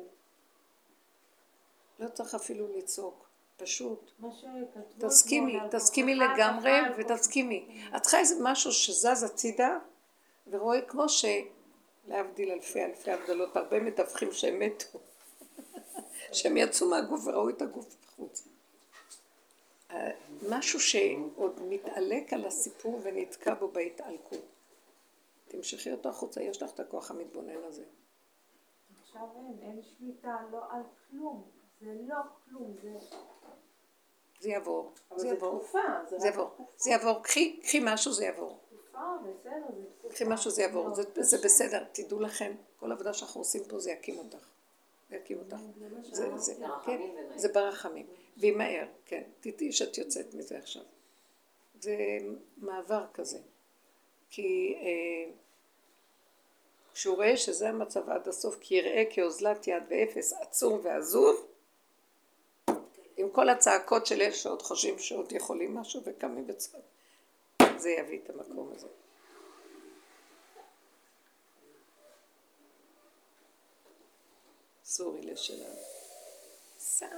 לא צריך אפילו לצעוק. פשוט. תסכימי לגמרי ותסכימי. את צריכה איזה משהו שזז הצידה ורואה כמו להבדיל אלפי הבדלות, הרבה מדווחים שהם מתו, שהם יצאו מהגוף וראו את הגוף בחוץ. משהו שעוד מתעלק על הסיפור ונתקע בו בהתעלקות. תמשכי אותו החוצה, יש לך את הכוח המתבונן הזה. עכשיו אין שליטה, לא על כלום. זה לא כלום, זה יעבור, זה יעבור, קחי משהו, זה יעבור. בסדר, זה תקופה. קחי משהו, זה יעבור, זה בסדר, תדעו לכם, כל עבודה שאנחנו עושים פה זה יקים אותך. זה ברחמים, והיא מהר, כן, תדעי שאת יוצאת מזה עכשיו. זה מעבר כזה, כי כשהוא רואה שזה המצב עד הסוף, כי יראה כאוזלת יד ואפס עצור ועזוב, עם כל הצעקות של אלה שעוד חושבים שעוד יכולים משהו וקמים בצד. זה יביא את המקום הזה. סורי לשלנו. שרה.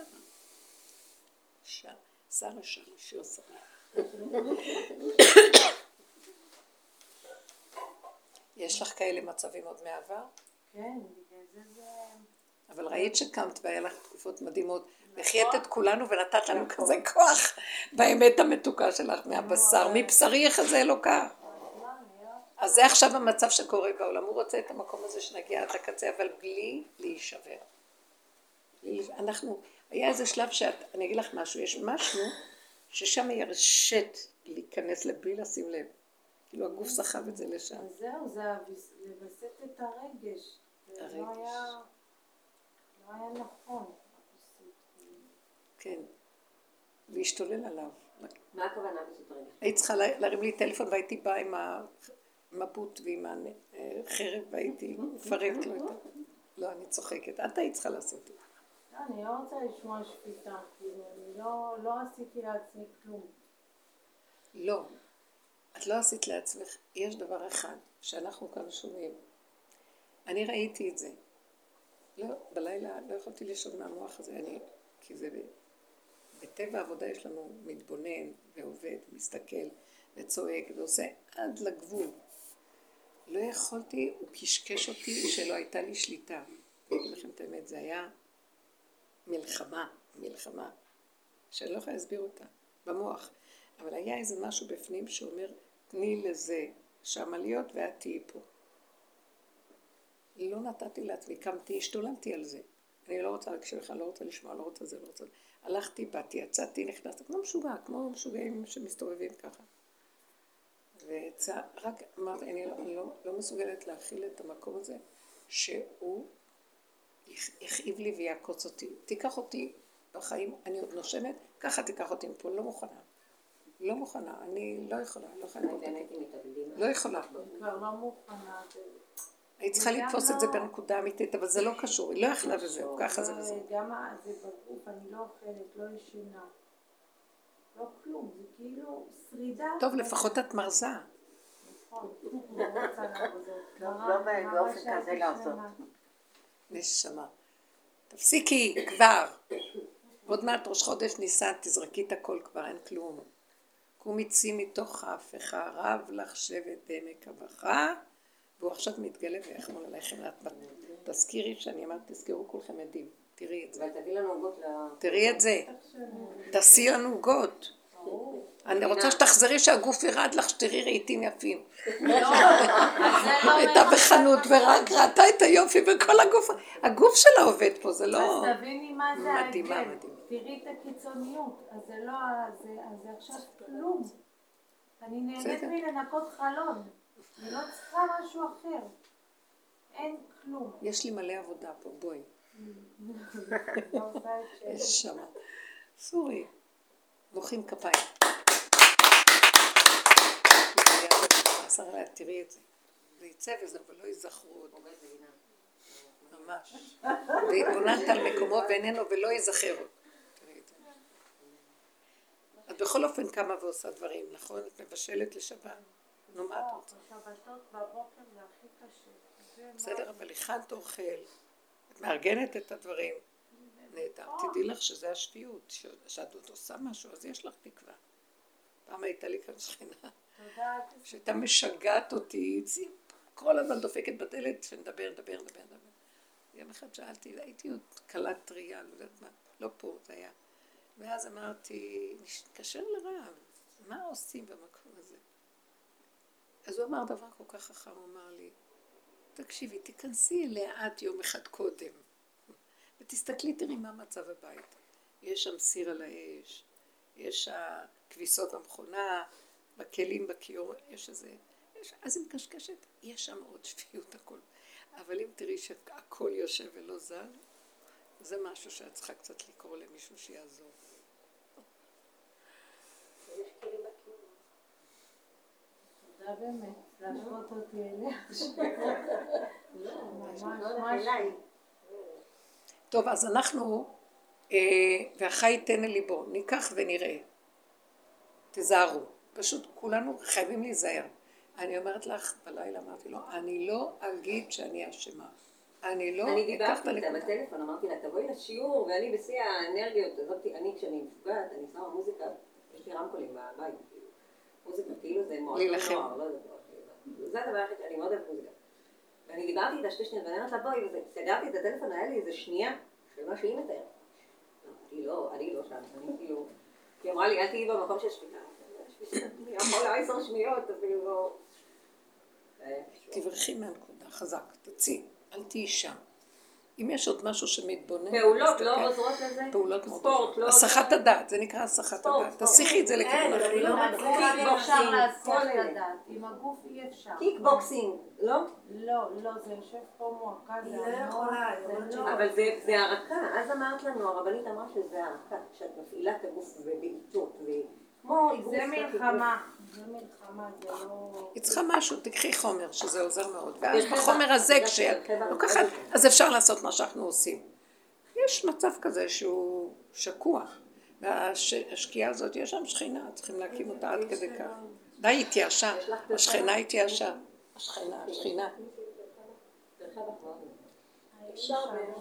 שרה שיר שרה. יש לך כאלה מצבים עוד מעבר? כן, בגלל זה... אבל ראית שקמת והיה לך תקופות מדהימות, וחיית את כולנו ונתת לנו כזה כוח באמת המתוקה שלך מהבשר, מבשרי יחזה אלוקה. אז זה עכשיו המצב שקורה בעולם, הוא רוצה את המקום הזה שנגיע עד לקצה, אבל בלי להישבר. היה איזה שלב אני אגיד לך משהו, יש משהו ששם ירשת להיכנס לבלי לשים לב. כאילו הגוף סחב את זה לשם. אז זהו, זה לבסט את הרגש. זה לא היה נכון. כן. להשתולל עליו. מה הכוונה בסוף הרגש? היית צריכה להרים לי טלפון והייתי באה עם המבוט ועם החרב והייתי מפרקת לו את זה. לא, אני צוחקת. את היית צריכה לעשות את זה. אני לא רוצה לשמוע שפיטה, כאילו, אני לא עשיתי לעצמי כלום. לא, את לא עשית לעצמך. יש דבר אחד שאנחנו כאן שומעים. אני ראיתי את זה. לא, בלילה לא יכולתי לישון מהמוח הזה, כי זה בטבע העבודה יש לנו מתבונן ועובד, מסתכל וצועק ועושה עד לגבול. לא יכולתי, הוא קשקש אותי שלא הייתה לי שליטה. אני אגיד לכם את האמת, זה היה מלחמה, שאני לא יכולה להסביר אותה, במוח. אבל היה איזה משהו בפנים שאומר, תני לזה שמה להיות ואת תהיי פה. לא נתתי לעצמי, קמתי, השתוללתי על זה. אני לא רוצה להקשיב לך, לא רוצה לשמוע, לא רוצה זה, לא רוצה... הלכתי, באתי, יצאתי, נכנסתי, כמו משוגע, כמו משוגעים שמסתובבים ככה. רק אמרתי, אני לא מסוגלת להכיל את המקום הזה, שהוא יכאיב לי ויעקוץ אותי. תיקח אותי בחיים, אני עוד נושמת, ככה תיקח אותי מפה, לא מוכנה, אני לא יכולה, לא יכולה. כבר לא מוכנה. היית צריכה לתפוס את זה בנקודה אמיתית, אבל זה לא קשור, היא לא יכלה וזהו, ככה זה וזהו. גם זה בגוף, אני לא אוכלת, לא ישנה. לא כלום, זה כאילו שרידה. טוב, לפחות את מרזה. נכון, לא רוצה לעבוד. לא באופן כזה לעשות. נשמה. תפסיקי כבר. עוד מעט ראש חודש ניסן, תזרקי את הכל כבר, אין כלום. קומי צי מתוך ההפכה, רב לך שבט בעמק הבכה, והוא עכשיו מתגלה ויחמול עליכם. תזכירי שאני אמרת, תזכירו כולכם עדים. תראי את זה. אבל תביא לנו עוגות תראי את זה. תעשי לנו עוגות. אני רוצה שתחזרי שהגוף ירד לך, שתראי רהיטים יפים. הייתה בחנות ורק ראתה את היופי וכל הגוף שלה עובד פה, זה לא... אז תביני מה זה מדהימה, ההבדל. מדהימה. תראי את הקיצוניות, אז זה לא, זה עכשיו כלום. אני נהנית מלנקות חלון, אני לא צריכה משהו אחר. אין כלום. יש לי מלא עבודה פה, בואי. יש שם. סורי. מוחאים כפיים. תראי את זה. זה יצא וזה, אבל לא יזכרו עוד. ממש. והתבוננת על מקומו ואיננו ולא יזכר עוד. תראי את זה. את בכל אופן קמה ועושה דברים, נכון? את מבשלת לשבת. נו, מה את רוצה? שבתות בבוקר זה הכי קשה. בסדר, אבל הכנת אוכל. את מארגנת את הדברים. נהדר. תדעי לך שזה השפיות, שאת עוד עושה משהו, אז יש לך תקווה. פעם הייתה לי כאן שכינה, שהייתה משגעת אותי, כל הזמן דופקת בדלת, שנדבר. יום אחד שאלתי, הייתי עוד קלת טריה, לא יודעת מה, לא פה זה היה. ואז אמרתי, נתקשר לרב, מה עושים במקום הזה? אז הוא אמר דבר כל כך חכם, הוא אמר לי, תקשיבי, תיכנסי אליה את יום אחד קודם. ותסתכלי, תראי מה מצב הבית. יש שם סיר על האש, יש הכביסות במכונה, בכלים, בכיור, יש איזה... אז אם קשקשת, יש שם עוד שפיות הכל. אבל אם תראי שהכל יושב ולא זז, זה משהו שאת צריכה קצת לקרוא למישהו שיעזור. יש כלים בכיור. תודה באמת, להשוות אותי אליה. ממש אליי. טוב, אז אנחנו והחי ייתן אל ליבו, ניקח ונראה. תזהרו. פשוט כולנו חייבים להיזהר. אני אומרת לך, בלילה אמרתי לו, אני לא אגיד שאני אשמה. אני לא אני אקח את דיברתי איתה הנקודה. בטלפון, אמרתי לה, תבואי לשיעור, ואני בשיא האנרגיות, אני כשאני מפגעת, אני שמה מוזיקה, יש לי רמקולים בבית, מוזיקה, כאילו זה מאוד להילחם. נוער, לא יודעת, זה הדבר הכי, אני מאוד אוהבת מוזיקה. ואני דיברתי איתה 2 שניות, ואני אומרת לה, בואי, וסגרתי את הטלפון, היה לי איזה שנייה, של מה שהיא מתארת. אני לא שם, אני כאילו, היא אמרה לי, אל תהיי במקום של שפיטה. אני יכולה 10 שניות, אפילו לא... תברכי מהנקודה, חזק, תצאי, אל תהיי שם. אם יש עוד משהו שמתבונן, פעולות לא עוזרות לזה? פעולות מאוד ספורט, עוזרות. לא הסחת הדעת, זה נקרא הסחת ספורט, הדעת. ספורט. תסיכי את זה לכיוון אחר. אני לא מצליחה. אפשר להסיח כל את אלה. הדעת, עם הגוף אי אפשר. קיקבוקסינג, לא? לא, זה יושב פה מועקה, היא לא יכולה, היא אומרת זה שלא. לא. אבל זה הרקה, אז אמרת לנו, הרבנית אמרה שזה הרקה, שאת מפעילה את הגוף ובעיטות, כמו איגוף. זה מלחמה, זה לא... היא צריכה משהו, תקחי חומר, שזה עוזר מאוד. ואז יש בחומר חבר, הזה, יש כשאת חבר, לוקחת, חבר. אז אפשר לעשות מה שאנחנו עושים. יש מצב כזה שהוא שקוע. והשקיעה הזאת, יש שם שכינה, צריכים להקים אותה עד כדי כך. די התייאשה, השכינה התייאשה. השכינה. אפשר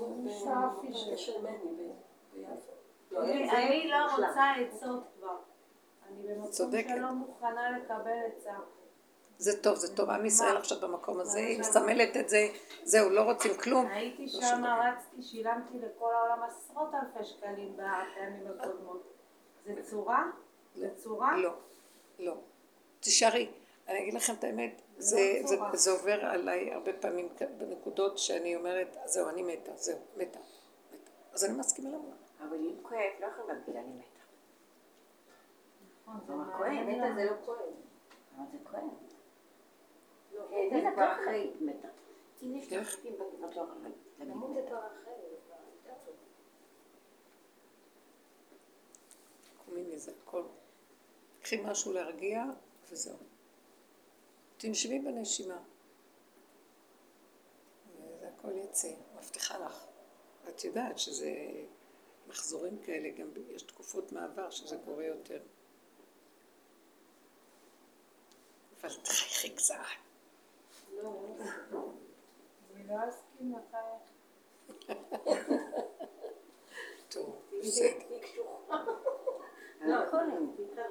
אני לא רוצה עצות כבר. אני במקום צודקת. שלא מוכנה לקבל עצה. זה טוב. עם ישראל עכשיו במקום הזה, היא מסמלת את זה, זהו, לא רוצים כלום. הייתי לא שום שם, דבר. רצתי, שילמתי לכל העולם 10,000 שקלים בפעמים הקודמות. זה צורה? זה צורה? לא. תשארי, אני אגיד לכם את האמת, זה עובר עליי הרבה פעמים בנקודות שאני אומרת, זהו, אני מתה. אז אני מסכימה למות. אבל אם כואב, לא יכולים להגיד, אני מתה. נכון, זה אבל מעניין כואב, למה. זה לא כואב. אבל זה כואב. לא, הנה, זה את כבר לא אחרי. יכולה, מתה. אם יש איך? לך חוקים בגבולות, לא יכולה להגיד. למות זה כבר אחרי, זה כבר יותר טוב. קומי מזה, הכל. קחי משהו להרגיע, וזהו. תנשבי בנשימה. וזה הכל יצא, מבטיחה לך. את יודעת שזה מחזורים כאלה, גם יש תקופות מעבר שזה קורה יותר. אבל תחייכי קצת. אני לא אסכים לחייך. טוב, בסדר. לא, הכל אין.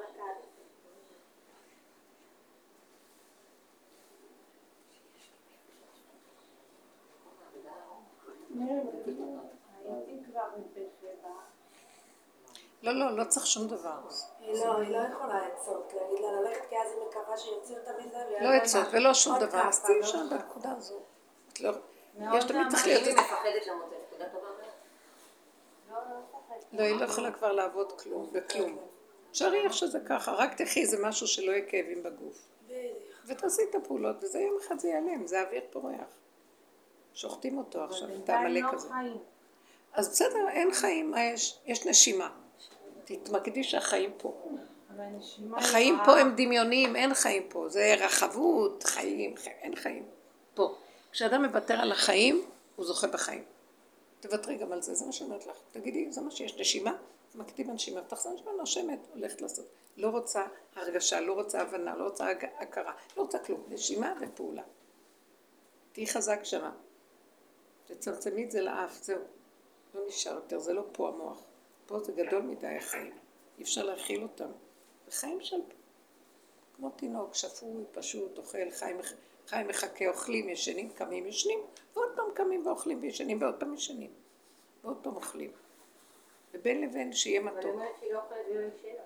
הייתי כבר מבשלה. לא צריך שום דבר. היא לא יכולה עצות, להגיד לה ללכת, כי אז היא מקווה שיוציאו אותה מזה. לא עצות ולא שום עוד דבר, אז כפה, תהיי לא שם כפה. בנקודה הזאת. את לא... מאוד יש תמיד צריך אם להיות... היא מפחדת למות, זה נקודה טובה מאוד. לא, היא לא יכולה כבר לעבוד כלום, בכלום. תשארי איך שזה ככה, רק תחי איזה משהו שלא יהיה כאבים בגוף. ותעשי את הפעולות, וזה יום אחד זה ייעלם, זה אוויר פורח. שוחטים אותו עכשיו, את בינתיים העמלק לא הזה. חיים. אז בסדר, אין חיים, מה יש? יש נשימה. תתמקדי שהחיים פה. אבל הנשימה היא החיים רעה. פה הם דמיוניים, אין חיים פה. זה רחבות, חיים, אין חיים. פה. כשאדם מוותר על החיים, הוא זוכה בחיים. תוותרי גם על זה, זה מה שאומרת לך. תגידי, זה מה שיש, נשימה, תמקדי בנשימה, ותחזור נשימה, נושמת, הולכת לעשות. לא רוצה הרגשה, לא רוצה הבנה, לא רוצה הכרה, לא רוצה כלום. נשימה ופעולה. תהי חזק שמה. תצמצמי את זה לאף, זהו. לא נשאר יותר, זה לא פה המוח. פה זה גדול מדי החיים. אי אפשר להכיל אותם. זה חיים של... כמו תינוק, שפוי, פשוט, אוכל, חיים מחכה, אוכלים, ישנים, קמים, ישנים, ועוד פעם קמים ואוכלים וישנים, ועוד פעם ישנים. ועוד פעם אוכלים. ובין לבין שיהיה אבל מתוק. היא אומרת שהיא לא אוכלת ולא ישנה.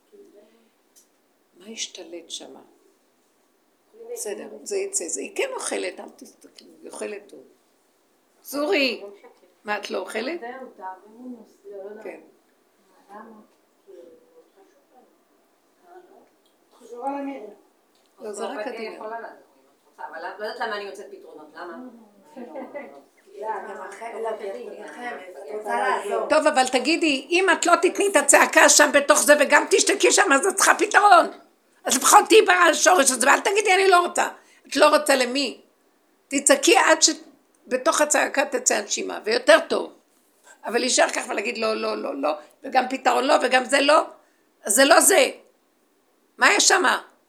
מה השתלט שמה? בסדר, זה יצא, זה היא כן אוכלת, אל תסתכלי, היא אוכלת טוב. זורי, מה את לא אוכלת? זהו, תעבירו נושא, לא יודעת. כן. למה? חשוב על המירי. לא, זה רק אני הדין. יכולה לעשות, אם את רוצה, אבל לא יודעת למה אני יוצאת פתרונות, למה? את רוצה לעזור. טוב, אבל תגידי, אם את לא תתני את הצעקה שם בתוך זה וגם תשתקי שם, אז את צריכה פתרון. אז לפחות תהיי בשורש הזה, ואל תגידי, אני לא רוצה. את לא רוצה למי? תצעקי עד שבתוך הצעקה תצא הנשימה, ויותר טוב. אבל להישאר כך ולהגיד לא, לא, לא, לא, וגם פתרון לא, וגם זה לא, אז זה לא זה. מה יש שם?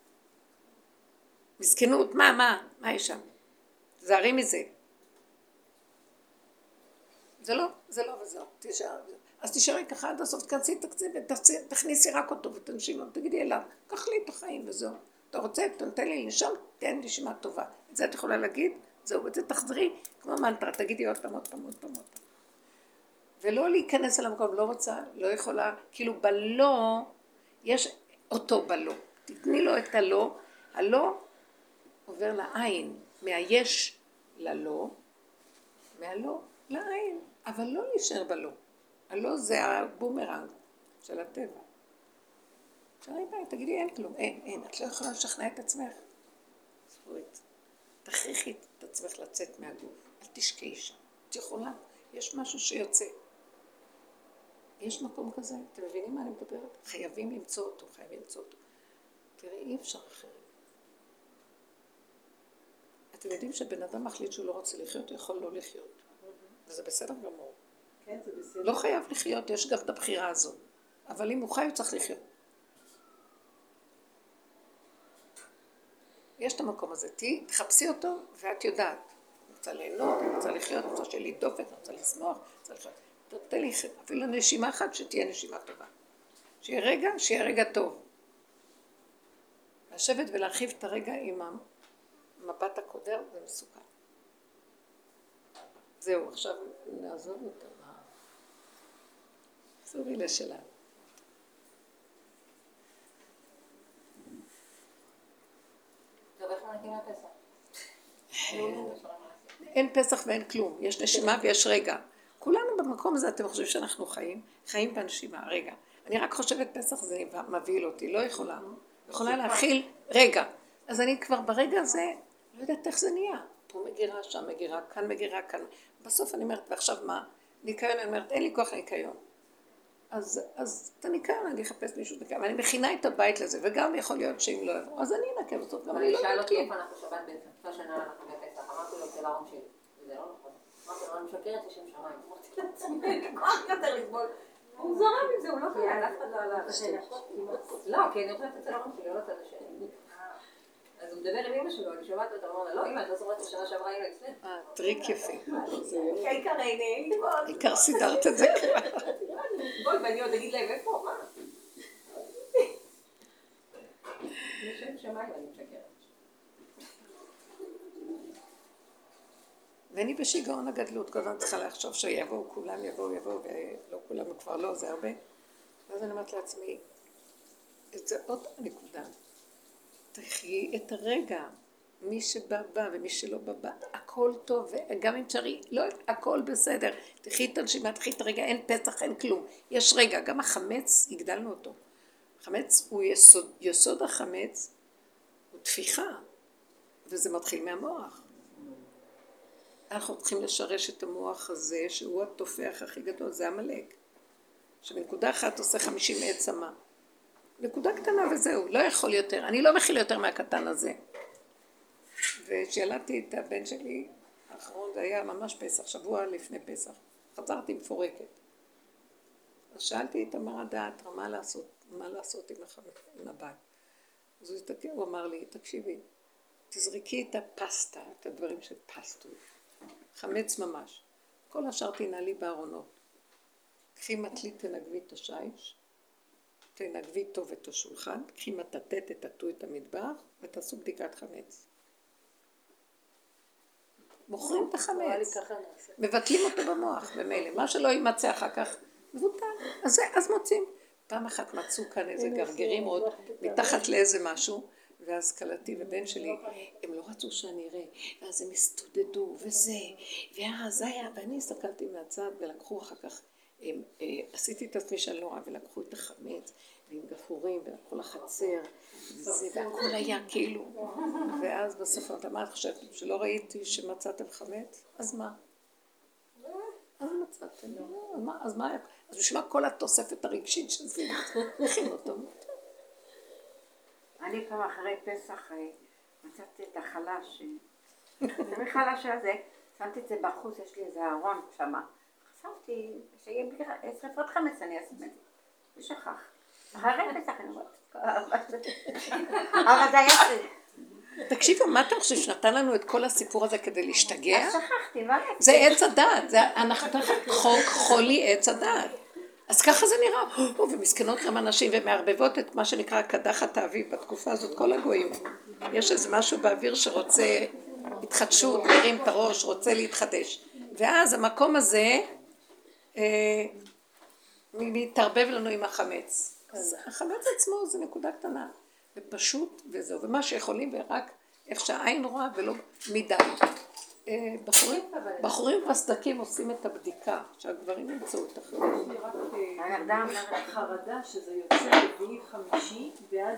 מסכנות, מה יש שם? תזהרי מזה. זה לא וזהו, אז תשארי ככה עד הסוף, תכנסי תקציב ותכניסי רק אותו ותנשי לו, תגידי אליו, קח לי את החיים וזהו. אתה רוצה, תן לי לנשום, תן נשימה טובה. את זה את יכולה להגיד, זהו, וזה תחזרי כמו מנטרה, תגידי עוד פעם. ולא להיכנס אל המקום, לא רוצה, לא יכולה, כאילו בלא, יש אותו בלא. תתני לו את הלא, הלא עובר לעין, מהיש ללא, מהלא לעין, אבל לא להישאר בלא. הלא זה הבומרנג של הטבע. תשארי ביי, תגידי אין כלום, אין, את לא יכולה לשכנע את עצמך. ספורית, תכריחי את עצמך לצאת מהגוף, אל תשקעי שם, את יכולה, יש משהו שיוצא. יש מקום כזה, אתם מבינים מה אני מדברת? חייבים למצוא אותו. תראי, אי אפשר אחרת. אתם יודעים שבן אדם מחליט שהוא לא רוצה לחיות, הוא יכול לא לחיות. וזה בסדר גמור. כן, זה בסדר. לא חייב לחיות, יש גם את הבחירה הזאת. אבל אם הוא חי, הוא צריך לחיות. יש את המקום הזה, תחפשי אותו, ואת יודעת. אני רוצה ליהנות, אני רוצה לחיות, אני רוצה שיהיה לי דופק, אני רוצה לשמוח, אני רוצה לחיות. תתן לי אפילו נשימה אחת, שתהיה נשימה טובה. שיהיה רגע טוב. לשבת ולהרחיב את הרגע עם המבט הקודר, זה מסוכן. זהו, עכשיו נעזוב אותה. סורי לשלה. טוב, איך מנקים לפסח? אין פסח ואין כלום, יש נשימה ויש רגע. כולנו במקום הזה, אתם חושבים שאנחנו חיים בנשימה, רגע. אני רק חושבת פסח זה מבהיל אותי, לא יכולה להכיל רגע. אז אני כבר ברגע הזה, לא יודעת איך זה נהיה. פה מגירה, שם מגירה, כאן מגירה, כאן. בסוף אני אומרת, ועכשיו מה? ניקיון, אני אומרת, אין לי כוח לניקיון. אז את הניקיון, אני אחפש מישהו ניקיון. אני מכינה את הבית לזה, וגם יכול להיות שאם לא יבוא, אז אני אנקה בסוף, גם אני לא שאל אותי איפה אנחנו שבת באמצע שנה אנחנו בפסח, אמרתי לו אצל ההורים שלי, זה לא נכון. אמרתי לו, אני משקרת לשם שמיים, אמרתי לעצמי, אין כוח יותר לסבול. הוא זרם עם זה, הוא לא חייב, אף אחד לא עלה. לא, כי אני אוכלת אצל ההורים שלי, לא לצד השני. אז הוא מדבר עם אמא שלו, אני שומעת אותה, אמרה לה, לא, אמא, את לא זוכרת השנה שעברה היינו אצלך. טריק יפה. העיקר עיני, העיקר סידרת את זה כבר. בואי, ואני עוד אגיד להם, איפה, מה? לשם שמיים, אני משקרת. ואני בשיגעון הגדלות, כל הזמן צריכה לחשוב שיבואו, כולם יבואו, ולא כולם כבר לא, זה הרבה. ואז אני אומרת לעצמי, זה עוד נקודה. תחיי את הרגע, מי שבא בא ומי שלא בא, הכל טוב, וגם אם תשארי, לא, הכל בסדר. תחיי את הנשימה, תחיי את הרגע, אין פסח, אין כלום. יש רגע, גם החמץ, הגדלנו אותו. החמץ הוא יסוד החמץ, הוא תפיחה, וזה מתחיל מהמוח. אנחנו צריכים לשרש את המוח הזה, שהוא התופח הכי גדול, זה המלאק. שבנקודה אחת עושה 50 עץ שמה. נקודה קטנה וזהו, לא יכול יותר, אני לא מכיל יותר מהקטן הזה. ושאלתי את הבן שלי, האחרון זה היה ממש פסח, שבוע לפני פסח, חזרתי מפורקת. אז שאלתי את אמר הדעת, מה לעשות עם הבת. אז הוא אמר לי, תקשיבי, תזרקי את הפסטה, את הדברים של פסטות. חמץ ממש. כל השאר תנעלי בארונות. קחי מטלית, תנגבי את השיש, תנגבי טוב את השולחן, קחי מטטט, תטטו את המטבח, ותעשו בדיקת חמץ. מוכרים את החמץ. מבטלים אותו במוח, במילא. מה שלא יימצא אחר כך, מבוטל. אז מוצאים. פעם אחת מצאו כאן איזה גרגרים עוד, מתחת לאיזה משהו, ואז קלטי ובן שלי, הם לא רצו שאני אראה, ואז הם הסתודדו, וזה, ואז היה, ואני הסתכלתי מהצד, ולקחו אחר כך, עשיתי את עצמי שאני לא רואה, ולקחו את החמץ, ועם גפורים, ולקחו לחצר, וזה, והכל היה כאילו, ואז בסוף מה את חושבת, שלא ראיתי שמצאתם חמץ? אז מה? אז מצאתם, אז מה? אז בשביל מה כל התוספת הרגשית שזה, הכין אותו. אני פעם אחרי פסח מצאתי את החלש, החלש הזה, שמתי את זה בחוץ, יש לי איזה ארון שמה, חשבתי שיהיה שרפות חמץ אני אעשה את זה. ושכח. אחרי פסח אני אומרת. אבל זה היה תקשיבו, מה אתה חושב שנתן לנו את כל הסיפור הזה כדי להשתגע? אז שכחתי, מה? זה עץ הדעת, אנחנו תחת חוק חולי עץ הדעת. אז ככה זה נראה, ומסכנות גם אנשים ומערבבות את מה שנקרא קדחת האביב בתקופה הזאת, כל הגויים. יש איזה משהו באוויר שרוצה התחדשות, מרים את הראש, רוצה להתחדש. ואז המקום הזה מתערבב לנו עם החמץ. אז החמץ עצמו זה נקודה קטנה, ופשוט וזהו, ומה שיכולים ורק איך שהעין רואה ולא מדי. בחורים וסדקים עושים את הבדיקה, שהגברים ימצאו את החיים. חרדה שזה יוצא רביעי חמישי, ואז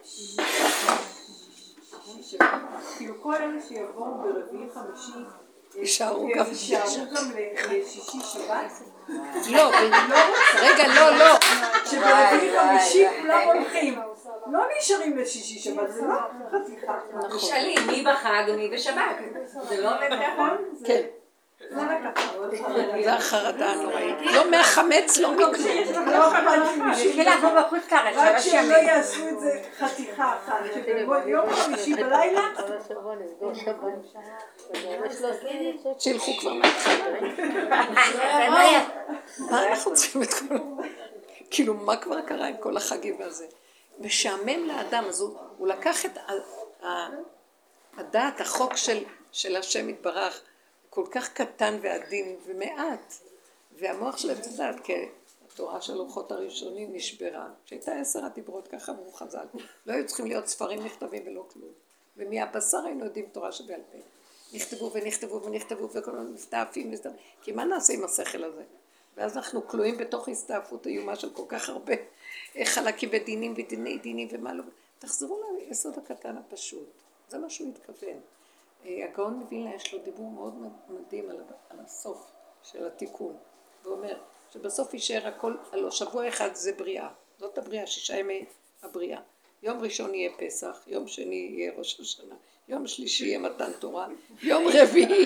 כאילו כל אלה שיבואו ברביעי חמישי, יישארו גם לשישי שבת. לא, רגע, לא. שברביעי חמישי כולם הולכים. לא נשארים לשישי שבת, זה לא חתיכה. נשאלים מי בחג ומי בשבת. זה לא עובד ככה? כן. זה החרדה הנוראית. לא מהחמץ, לא מכלום. רק שהם לא יעשו את זה חתיכה אחת. יום חמישי בלילה. שילכו כבר מהתחלה. מה אנחנו צריכים את כל... כאילו, מה כבר קרה עם כל החגים הזה? משעמם לאדם, אז הוא לקח את הדעת, החוק של השם יתברך, כל כך קטן ועדין ומעט, והמוח שלהם תדעת, כי התורה של לוחות הראשונים נשברה, שהייתה 10 הדיברות, ככה אמרו חז"ל, לא היו צריכים להיות ספרים נכתבים ולא כלום, ומהבשר היינו יודעים תורה שבעל פה, נכתבו וכל הזמן מסתעפים, כי מה נעשה עם השכל הזה? ואז אנחנו כלואים בתוך הסתעפות איומה של כל כך הרבה חלקים ודינים ודינים ומה לא, תחזרו ליסוד הקטן הפשוט, זה מה שהוא התכוון. הגאון מווילנה יש לו דיבור מאוד מדהים על הסוף של התיקון. הוא אומר שבסוף יישאר הכל, הלוא שבוע אחד זה בריאה. זאת הבריאה, 6 ימי הבריאה. יום ראשון יהיה פסח, יום שני יהיה ראש השנה, יום שלישי יהיה מתן תורה, יום רביעי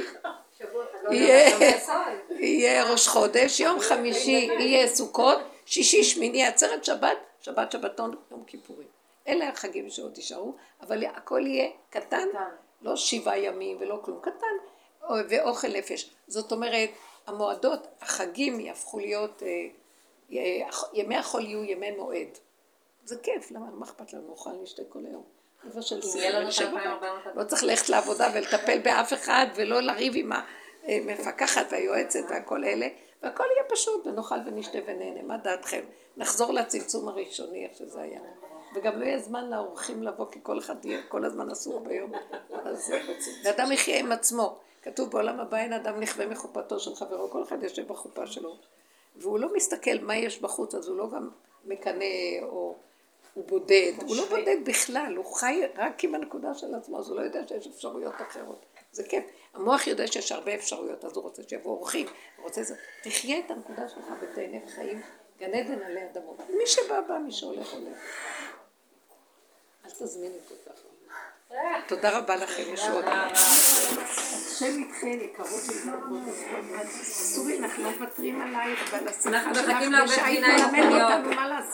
יהיה ראש חודש, יום חמישי יהיה סוכות, שישי שמיני עצרת שבת, שבת שבתון, יום כיפורים. אלה החגים שעוד יישארו, אבל הכל יהיה קטן. לא 7 ימים ולא כלום קטן, ואוכל נפש. זאת אומרת, המועדות, החגים יהפכו להיות, ימי החול יהיו ימי מועד. זה כיף, למה? מה אכפת לנו? נאכל נשתה כל היום. דבר של לא צריך ללכת לעבודה ולטפל באף אחד, ולא לריב עם המפקחת והיועצת והכל אלה, והכל יהיה פשוט, ונאכל ונשתה ונהנה. מה דעתכם? נחזור לצמצום הראשוני, איך שזה היה. וגם לא יהיה זמן לאורחים לבוא, כי כל אחד יהיה כל הזמן אסור ביום. אז ואדם יחיה עם עצמו. כתוב בעולם הבא אין אדם נכווה מחופתו של חברו, כל אחד יושב בחופה שלו. והוא לא מסתכל מה יש בחוץ, אז הוא לא גם מקנה או הוא בודד. הוא לא בודד בכלל, הוא חי רק עם הנקודה של עצמו, אז הוא לא יודע שיש אפשרויות אחרות. זה כיף. המוח יודע שיש הרבה אפשרויות, אז הוא רוצה שיבוא אורחים, הוא רוצה זה. תחיה את הנקודה שלך ותהנה בחיים, גן עדן עלי אדמות. מי שבא בא, מי שהולך הולך. אל תזמיני כל כך. תודה רבה לכם, ישועות. השם איתכן, יקרות לי. אסורי, אנחנו לא מוותרים עלייך ועל השמחה שלך, ושהיית מלמד אותנו מה לעשות.